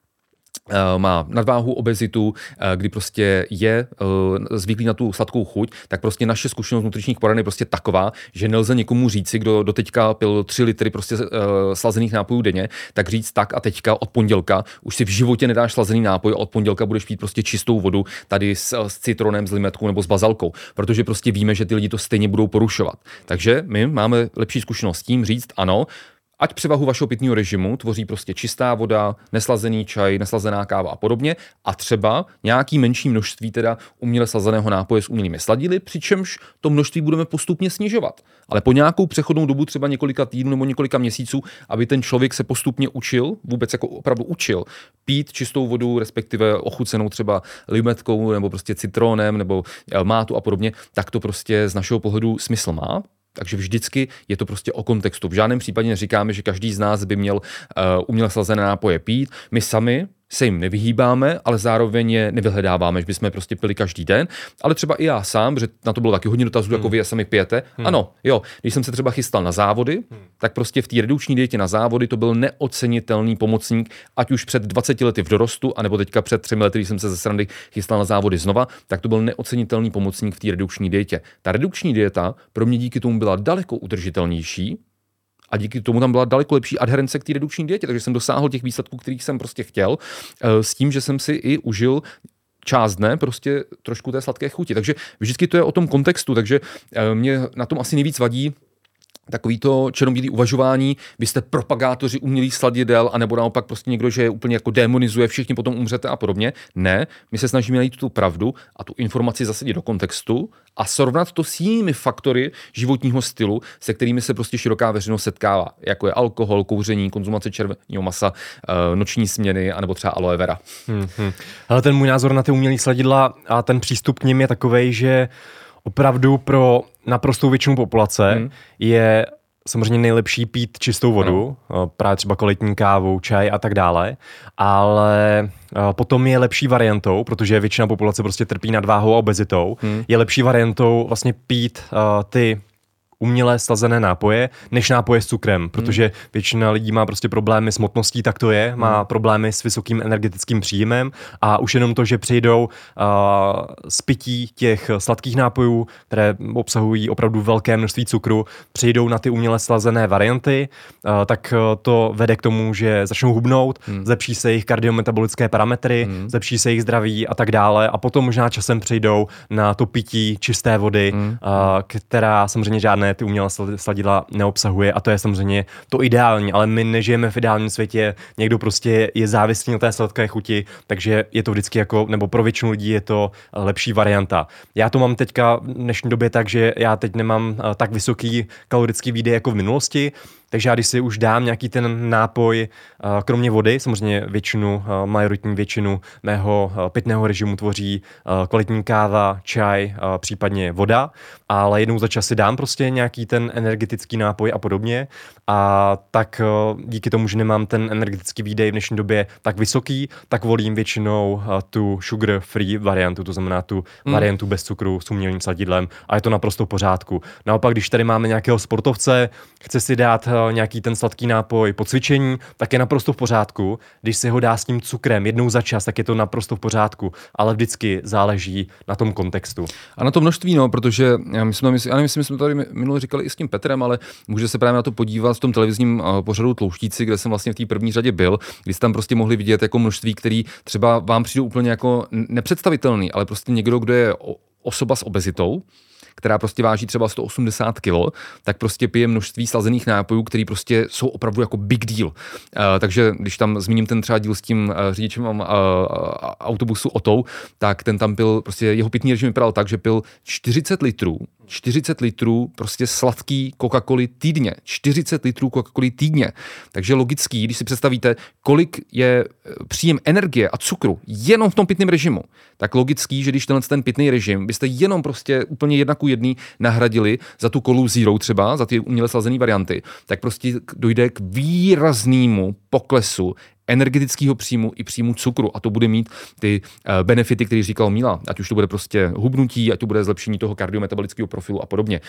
má nadváhu, obezitu, kdy prostě je zvyklý na tu sladkou chuť, tak prostě naše zkušenost nutričních poraden je prostě taková, že nelze někomu říci, kdo doteďka pil 3 litry prostě slazených nápojů denně, tak říct tak a teďka od pondělka už si v životě nedáš slazený nápoj a od pondělka budeš pít prostě čistou vodu tady s citronem, s limetkou nebo s bazalkou, protože prostě víme, že ty lidi to stejně budou porušovat. Takže my máme lepší zkušenost s tím říct ano, ať převahu vašeho pitného režimu tvoří prostě čistá voda, neslazený čaj, neslazená káva a podobně a třeba nějaký menší množství teda uměle slazeného nápoje s umělými sladidly, přičemž to množství budeme postupně snižovat. Ale po nějakou přechodnou dobu třeba několika týdnů nebo několika měsíců, aby ten člověk se postupně učil, vůbec jako opravdu učil, pít čistou vodu, respektive ochucenou třeba limetkou nebo prostě citronem nebo mátu a podobně, tak to prostě z našeho pohledu smysl má. Takže vždycky je to prostě o kontextu. V žádném případě neříkáme, že každý z nás by měl uměle slazené nápoje pít. My sami se jim nevyhýbáme, ale zároveň je nevyhledáváme, že bychom je prostě pili každý den. Ale třeba i já sám, že na to bylo taky hodně dotazů, jako vy sami pijete. Ano, jo, když jsem se třeba chystal na závody, tak prostě v té redukční dietě na závody to byl neocenitelný pomocník, ať už před 20 lety v dorostu, anebo teďka před 3 lety, když jsem se ze srandy chystal na závody znova, tak to byl neocenitelný pomocník v té redukční dietě. Ta redukční dieta pro mě díky tomu byla daleko udržitelnější. A díky tomu tam byla daleko lepší adherence k té redukční dietě, takže jsem dosáhl těch výsledků, kterých jsem prostě chtěl, s tím, že jsem si i užil část dne prostě trošku té sladké chuti. Takže vždycky to je o tom kontextu, takže mě na tom asi nejvíc vadí takový to černobílý uvažování, vy jste propagátoři umělých sladidel, anebo naopak prostě někdo, že je úplně jako demonizuje, všichni potom umřete a podobně. Ne, my se snažíme najít tu pravdu a tu informaci zasadit do kontextu a srovnat to s jinými faktory životního stylu, se kterými se prostě široká veřejnost setkává, jako je alkohol, kouření, konzumace červeného masa, noční směny, anebo třeba aloe vera. Ale ten můj názor na ty umělý sladidla a ten přístup k nim je takovej, že opravdu pro naprostou většinu populace je samozřejmě nejlepší pít čistou vodu, právě třeba kvalitní kávu, čaj a tak dále, ale potom je lepší variantou, protože většina populace prostě trpí nadváhou a obezitou, je lepší variantou vlastně pít ty umělé slazené nápoje, než nápoje s cukrem, protože většina lidí má prostě problémy s hmotností, tak to je, má problémy s vysokým energetickým příjmem a už jenom to, že přijdou z pití těch sladkých nápojů, které obsahují opravdu velké množství cukru, přijdou na ty uměle slazené varianty, tak to vede k tomu, že začnou hubnout, zlepší se jejich kardiometabolické parametry, zlepší se jejich zdraví a tak dále a potom možná časem přijdou na to pití čisté vody, která samozřejmě žádné ty umělé sladidla neobsahuje a to je samozřejmě to ideální, ale my nežijeme v ideálním světě, někdo prostě je závislý na té sladké chuti, takže je to vždycky jako, nebo pro většinu lidí je to lepší varianta. Já to mám teďka v dnešní době tak, že já teď nemám tak vysoký kalorický výdej jako v minulosti, takže já když si už dám nějaký ten nápoj, kromě vody, samozřejmě majoritní většinu mého pitného režimu tvoří kvalitní káva, čaj, případně voda, ale jednou za čas si dám prostě nějaký ten energetický nápoj a podobně a tak díky tomu, že nemám ten energetický výdej v dnešní době tak vysoký, tak volím většinou tu sugar free variantu, to znamená tu variantu bez cukru s umělým sladidlem a je to naprosto v pořádku. Naopak, když tady máme nějakého sportovce, chce si dát nějaký ten sladký nápoj po cvičení, tak je naprosto v pořádku. Když si ho dá s tím cukrem jednou za čas, tak je to naprosto v pořádku, ale vždycky záleží na tom kontextu. A na to množství, protože já nevím, jestli jsme to tady minule říkali i s tím Petrem, ale může se právě na to podívat v tom televizním pořadu Tlouštíci, kde jsem vlastně v té první řadě byl, kdy jste tam prostě mohli vidět jako množství, který třeba vám přijde úplně jako nepředstavitelný, ale prostě někdo, kdo je osoba s obezitou, která prostě váží třeba 180 kg, tak prostě pije množství slazených nápojů, které prostě jsou opravdu jako big deal. Takže když tam zmíním ten třeba díl s tím řidičem autobusu Otou, tak ten tam pil, prostě jeho pitný režim vypadal tak, že pil 40 litrů prostě sladký Coca-Coly týdně. 40 litrů Coca-Coly týdně. Takže logický, když si představíte, kolik je příjem energie a cukru jenom v tom pitném režimu, tak logický, že když ten pitný režim byste jenom prostě úplně 1:1 nahradili za tu Colu Zero třeba, za ty uměle slazené varianty, tak prostě dojde k výraznému poklesu energetického příjmu i příjmu cukru a to bude mít ty benefity, které říkal Míla, ať už to bude prostě hubnutí, ať to bude zlepšení toho kardiometabolického profilu a podobně.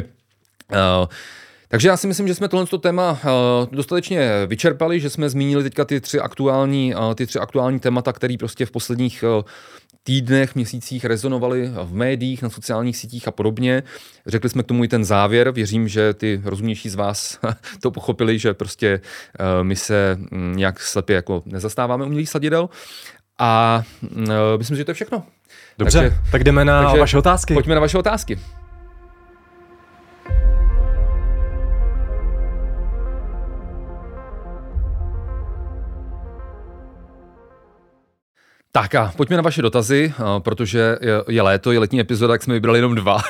Takže já si myslím, že jsme tohleto téma dostatečně vyčerpali, že jsme zmínili teďka ty tři aktuální témata, které prostě v posledních týdnech, měsících rezonovaly v médiích, na sociálních sítích a podobně. Řekli jsme k tomu i ten závěr. Věřím, že ty rozumnější z vás to pochopili, že prostě my se nějak slepě jako nezastáváme umělých sladidel. A myslím, že to je všechno. Dobře, tak jdeme na vaše otázky. Pojďme na vaše otázky. Tak a pojďme na vaše dotazy, protože je léto, je letní epizoda, tak jsme vybrali jenom 2.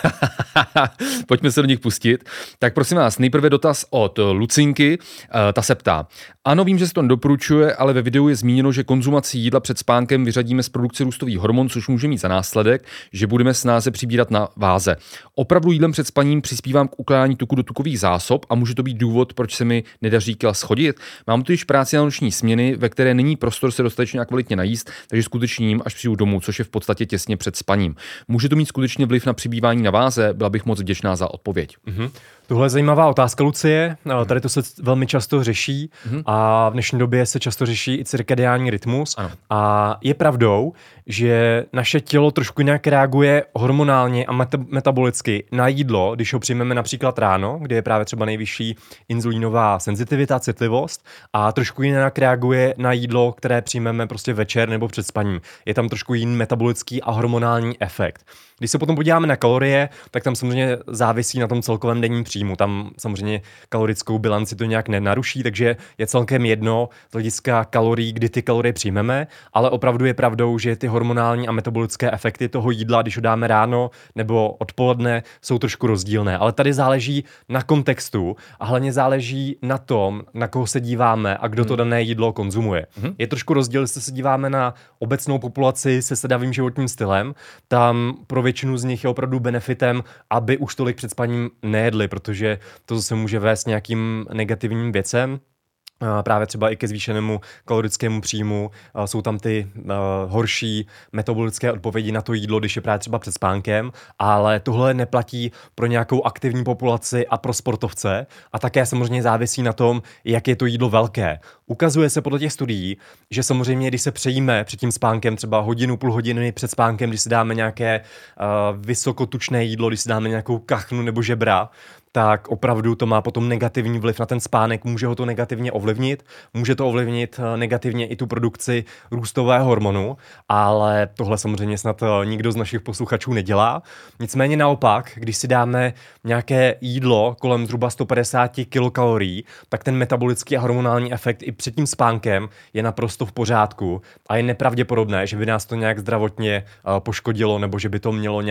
Pojďme se do nich pustit. Tak prosím vás, nejprve dotaz od Lucinky. Ta se ptá. Ano, vím, že se to nedoporučuje, ale ve videu je zmíněno, že konzumací jídla před spánkem vyřadíme z produkce růstový hormon, což může mít za následek, že budeme snáze přibírat na váze. Opravdu jídlem před spaním přispívám k ukládání tuku do tukových zásob a může to být důvod, proč se mi nedaří kila schodit. Mám totiž práci na noční směny, ve které není prostor se dostatečně kvalitně najíst, takže skutečně jím, až přijdu domů, což je v podstatě těsně před spaním. Může to mít skutečně vliv na přibývání na váze? Byla bych moc vděčná za odpověď. Tohle je zajímavá otázka, Lucie. Tady to se velmi často řeší a v dnešní době se často řeší i cirkadiální rytmus. Ano. A je pravdou, že naše tělo trošku nějak reaguje hormonálně a metabolicky na jídlo, když ho přijmeme například ráno, kde je právě třeba nejvyšší inzulínová senzitivita, citlivost, a trošku jinak reaguje na jídlo, které přijmeme prostě večer nebo před spaním. Je tam trošku jiný metabolický a hormonální efekt. Když se potom podíváme na kalorie, tak tam samozřejmě závisí na tom celkovém denním příjmu. Tam samozřejmě kalorickou bilanci to nějak nenaruší, takže je celkem jedno z hlediska kalorií, kdy ty kalorie přijmeme, ale opravdu je pravdou, že ty hormonální a metabolické efekty toho jídla, když ho dáme ráno nebo odpoledne, jsou trošku rozdílné. Ale tady záleží na kontextu a hlavně záleží na tom, na koho se díváme a kdo to dané jídlo konzumuje. Je trošku rozdíl, jestli se díváme na obecnou populaci se sedavým životním stylem, tam pro většinu z nich je opravdu benefitem, aby už tolik před spaním nejedli, protože to zase může vést nějakým negativním věcem. Právě třeba i ke zvýšenému kalorickému příjmu, jsou tam ty horší metabolické odpovědi na to jídlo, když je právě třeba před spánkem, ale tohle neplatí pro nějakou aktivní populaci a pro sportovce a také samozřejmě závisí na tom, jak je to jídlo velké. Ukazuje se podle těch studií, že samozřejmě, když se přejíme před tím spánkem třeba hodinu, půl hodiny před spánkem, když si dáme nějaké vysokotučné jídlo, když si dáme nějakou kachnu nebo žebra, tak opravdu to má potom negativní vliv na ten spánek, může ho to negativně ovlivnit, může to ovlivnit negativně i tu produkci růstového hormonu, ale tohle samozřejmě snad nikdo z našich posluchačů nedělá. Nicméně naopak, když si dáme nějaké jídlo kolem zhruba 150 kilokalorií, tak ten metabolický a hormonální efekt i před tím spánkem je naprosto v pořádku a je nepravděpodobné, že by nás to nějak zdravotně poškodilo nebo že by to mělo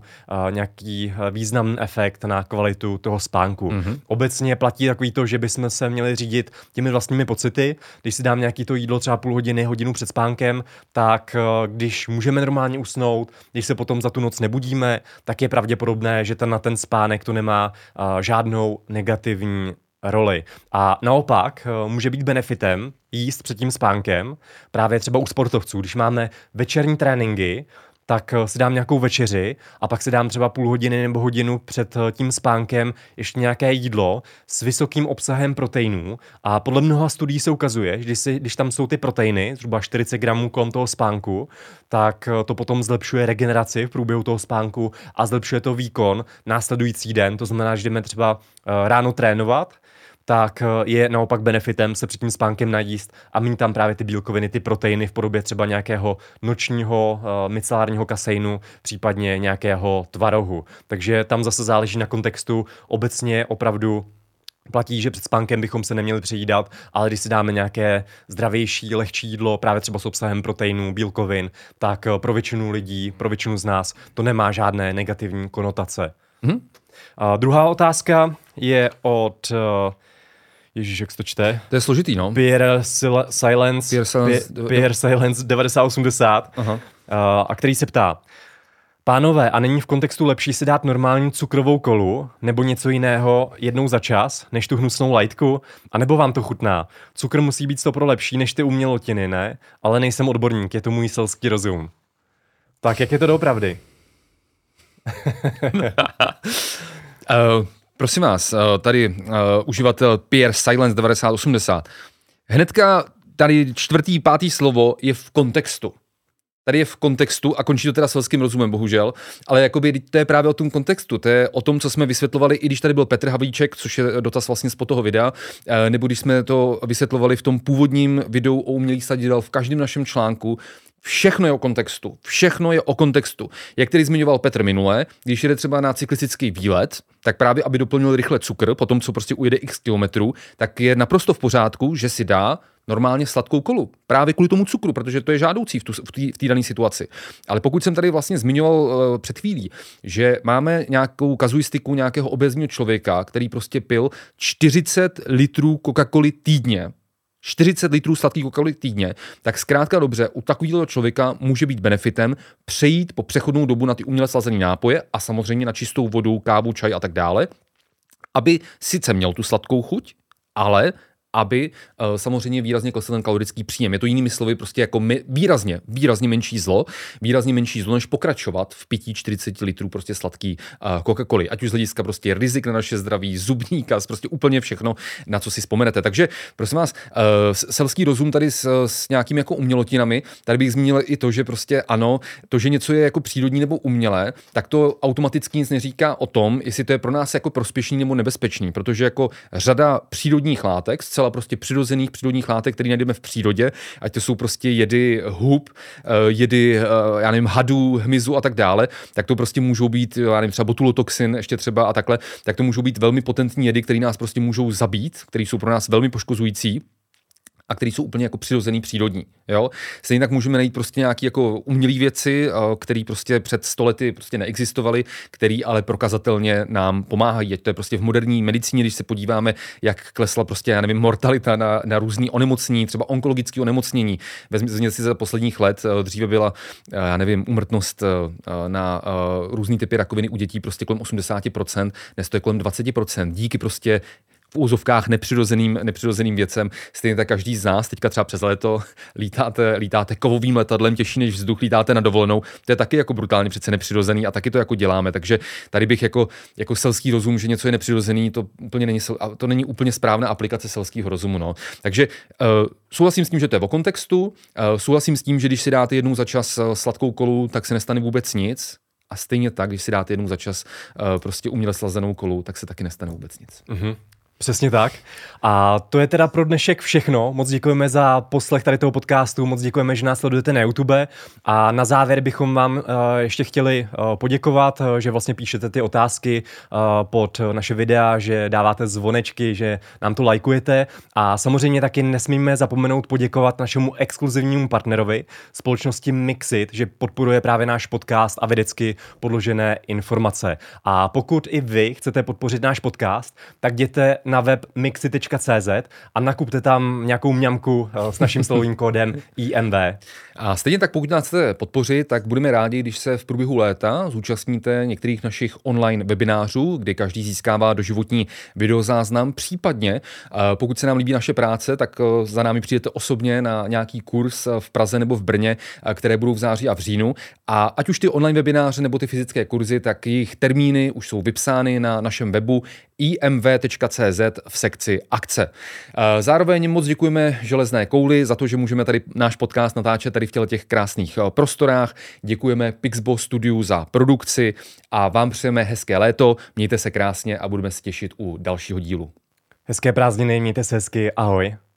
nějaký významný efekt na kvalitu toho spánku. Obecně platí takový to, že bychom se měli řídit těmi vlastními pocity. Když si dám nějaký to jídlo třeba půl hodiny, hodinu před spánkem, tak když můžeme normálně usnout, když se potom za tu noc nebudíme, tak je pravděpodobné, že na ten spánek to nemá žádnou negativní roli. A naopak může být benefitem jíst před tím spánkem, právě třeba u sportovců, když máme večerní tréninky, tak si dám nějakou večeři a pak si dám třeba půl hodiny nebo hodinu před tím spánkem ještě nějaké jídlo s vysokým obsahem proteinů a podle mnoha studií se ukazuje, že když tam jsou ty proteiny, zhruba 40 gramů kolem toho spánku, tak to potom zlepšuje regeneraci v průběhu toho spánku a zlepšuje to výkon následující den, to znamená, že jdeme třeba ráno trénovat, tak je naopak benefitem se před tím spánkem najíst a mít tam právě ty bílkoviny, ty proteiny v podobě třeba nějakého nočního micelárního kaseinu, případně nějakého tvarohu. Takže tam zase záleží na kontextu. Obecně opravdu platí, že před spánkem bychom se neměli přejídat, ale když si dáme nějaké zdravější, lehčí jídlo, právě třeba s obsahem proteinů, bílkovin, tak pro většinu lidí, pro většinu z nás to nemá žádné negativní konotace. Druhá otázka je od... Ježíš, jak se to čte? To je složitý, no. Pierre Silence 9080, a který se ptá: Pánové, a není v kontextu lepší si dát normální cukrovou kolu nebo něco jiného jednou za čas, než tu hnusnou lightku? A nebo vám to chutná? Cukr musí být 100% lepší než ty umělotiny, ne? Ale nejsem odborník, je to můj selský rozum. Tak jak je to doopravdy? Prosím vás, tady uživatel Pierre Silence 9080. Hnedka tady 4., 5. slovo je v kontextu. Tady je v kontextu a končí to teda selským rozumem, bohužel, ale jakoby to je právě o tom kontextu, to je o tom, co jsme vysvětlovali, i když tady byl Petr Havlíček, což je dotaz vlastně spod toho videa, nebo když jsme to vysvětlovali v tom původním videu o umělých sladidel, v každém našem článku. Všechno je o kontextu. Všechno je o kontextu. Jak tedy zmiňoval Petr minule, když jede třeba na cyklistický výlet, tak právě aby doplnil rychle cukr, potom co prostě ujede x kilometrů, tak je naprosto v pořádku, že si dá normálně sladkou kolu. Právě kvůli tomu cukru, protože to je žádoucí v té dané situaci. Ale pokud jsem tady vlastně zmiňoval před chvílí, že máme nějakou kazuistiku nějakého obézního člověka, který prostě pil 40 litrů Coca-Coly týdně, 40 litrů sladký Coca-Coly týdně, tak zkrátka dobře, u takového člověka může být benefitem přejít po přechodnou dobu na ty uměle slazené nápoje a samozřejmě na čistou vodu, kávu, čaj a tak dále, aby sice měl tu sladkou chuť, ale aby samozřejmě výrazně klesl ten kalorický příjem. Je to jinými slovy prostě jako výrazně menší zlo, než pokračovat v pití 40 litrů prostě sladký Coca-Coly. Ať už z hlediska prostě rizik na naše zdraví, zubní kas, prostě úplně všechno, na co si vzpomenete. Takže prosím vás, selský rozum tady s nějakými jako umělotinami, tady bych zmínil i to, že prostě ano, to, že něco je jako přírodní nebo umělé, tak to automaticky nic neříká o tom, jestli to je pro nás jako prospěšný nebo nebezpečný, protože jako řada přírodních látek, zcela prostě přirozených přírodních látek, které najdeme v přírodě, ať to jsou prostě jedy hub, jedy, já nevím, hadů, hmyzu a tak dále, tak to prostě můžou být, já nevím, třeba botulotoxin ještě třeba a takhle, tak to můžou být velmi potentní jedy, které nás prostě můžou zabít, které jsou pro nás velmi poškozující a které jsou úplně jako přirozený, přírodní. Jo? Stejně tak můžeme najít prostě nějaké jako umělé věci, které prostě před 100 lety prostě neexistovaly, které ale prokazatelně nám pomáhají. Ať to je prostě v moderní medicíně, když se podíváme, jak klesla prostě, já nevím, mortalita na různý onemocnění, třeba onkologické onemocnění. Vezměte si za posledních let, dříve byla, já nevím, úmrtnost na různý typy rakoviny u dětí prostě kolem 80%, dnes to je kolem 20%. Díky prostě v úzovkách nepřirozeným věcem. Stejně tak každý z nás teďka třeba přes léto lítáte kovovým letadlem, těžší než vzduch, lítáte na dovolenou. To je taky jako brutálně přece nepřirozený a taky to jako děláme. Takže tady bych jako selský rozum, že něco je nepřirozený, to není úplně správná aplikace selského rozumu. No. Takže souhlasím s tím, že to je o kontextu, souhlasím s tím, že když si dáte jednou za čas sladkou kolu, tak se nestane vůbec nic. A stejně tak, když si dáte jednou za čas prostě uměle slazenou kolu, tak se taky nestane vůbec nic. Mm-hmm. Přesně tak. A to je teda pro dnešek všechno. Moc děkujeme za poslech tady toho podcastu, moc děkujeme, že nás sledujete na YouTube. A na závěr bychom vám ještě chtěli poděkovat, že vlastně píšete ty otázky pod naše videa, že dáváte zvonečky, že nám to lajkujete. A samozřejmě taky nesmíme zapomenout poděkovat našemu exkluzivnímu partnerovi, společnosti Mixit, že podporuje právě náš podcast a vědecky podložené informace. A pokud i vy chcete podpořit náš podcast, tak jděte na web mixit.cz a nakupte tam nějakou mňamku s naším slovým kódem IMV. A stejně tak, pokud nás chcete podpořit, tak budeme rádi, když se v průběhu léta zúčastníte některých našich online webinářů, kdy každý získává doživotní videozáznam. Případně, pokud se nám líbí naše práce, tak za námi přijdete osobně na nějaký kurz v Praze nebo v Brně, které budou v září a v říjnu. A ať už ty online webináře nebo ty fyzické kurzy, tak jejich termíny už jsou vypsány na našem webu imv.cz v sekci akce. Zároveň moc děkujeme Železné kouli za to, že můžeme tady náš podcast natáčet tady v těch krásných prostorách. Děkujeme Pixbo Studiu za produkci a vám přejeme hezké léto, mějte se krásně a budeme se těšit u dalšího dílu. Hezké prázdniny, mějte se hezky, ahoj.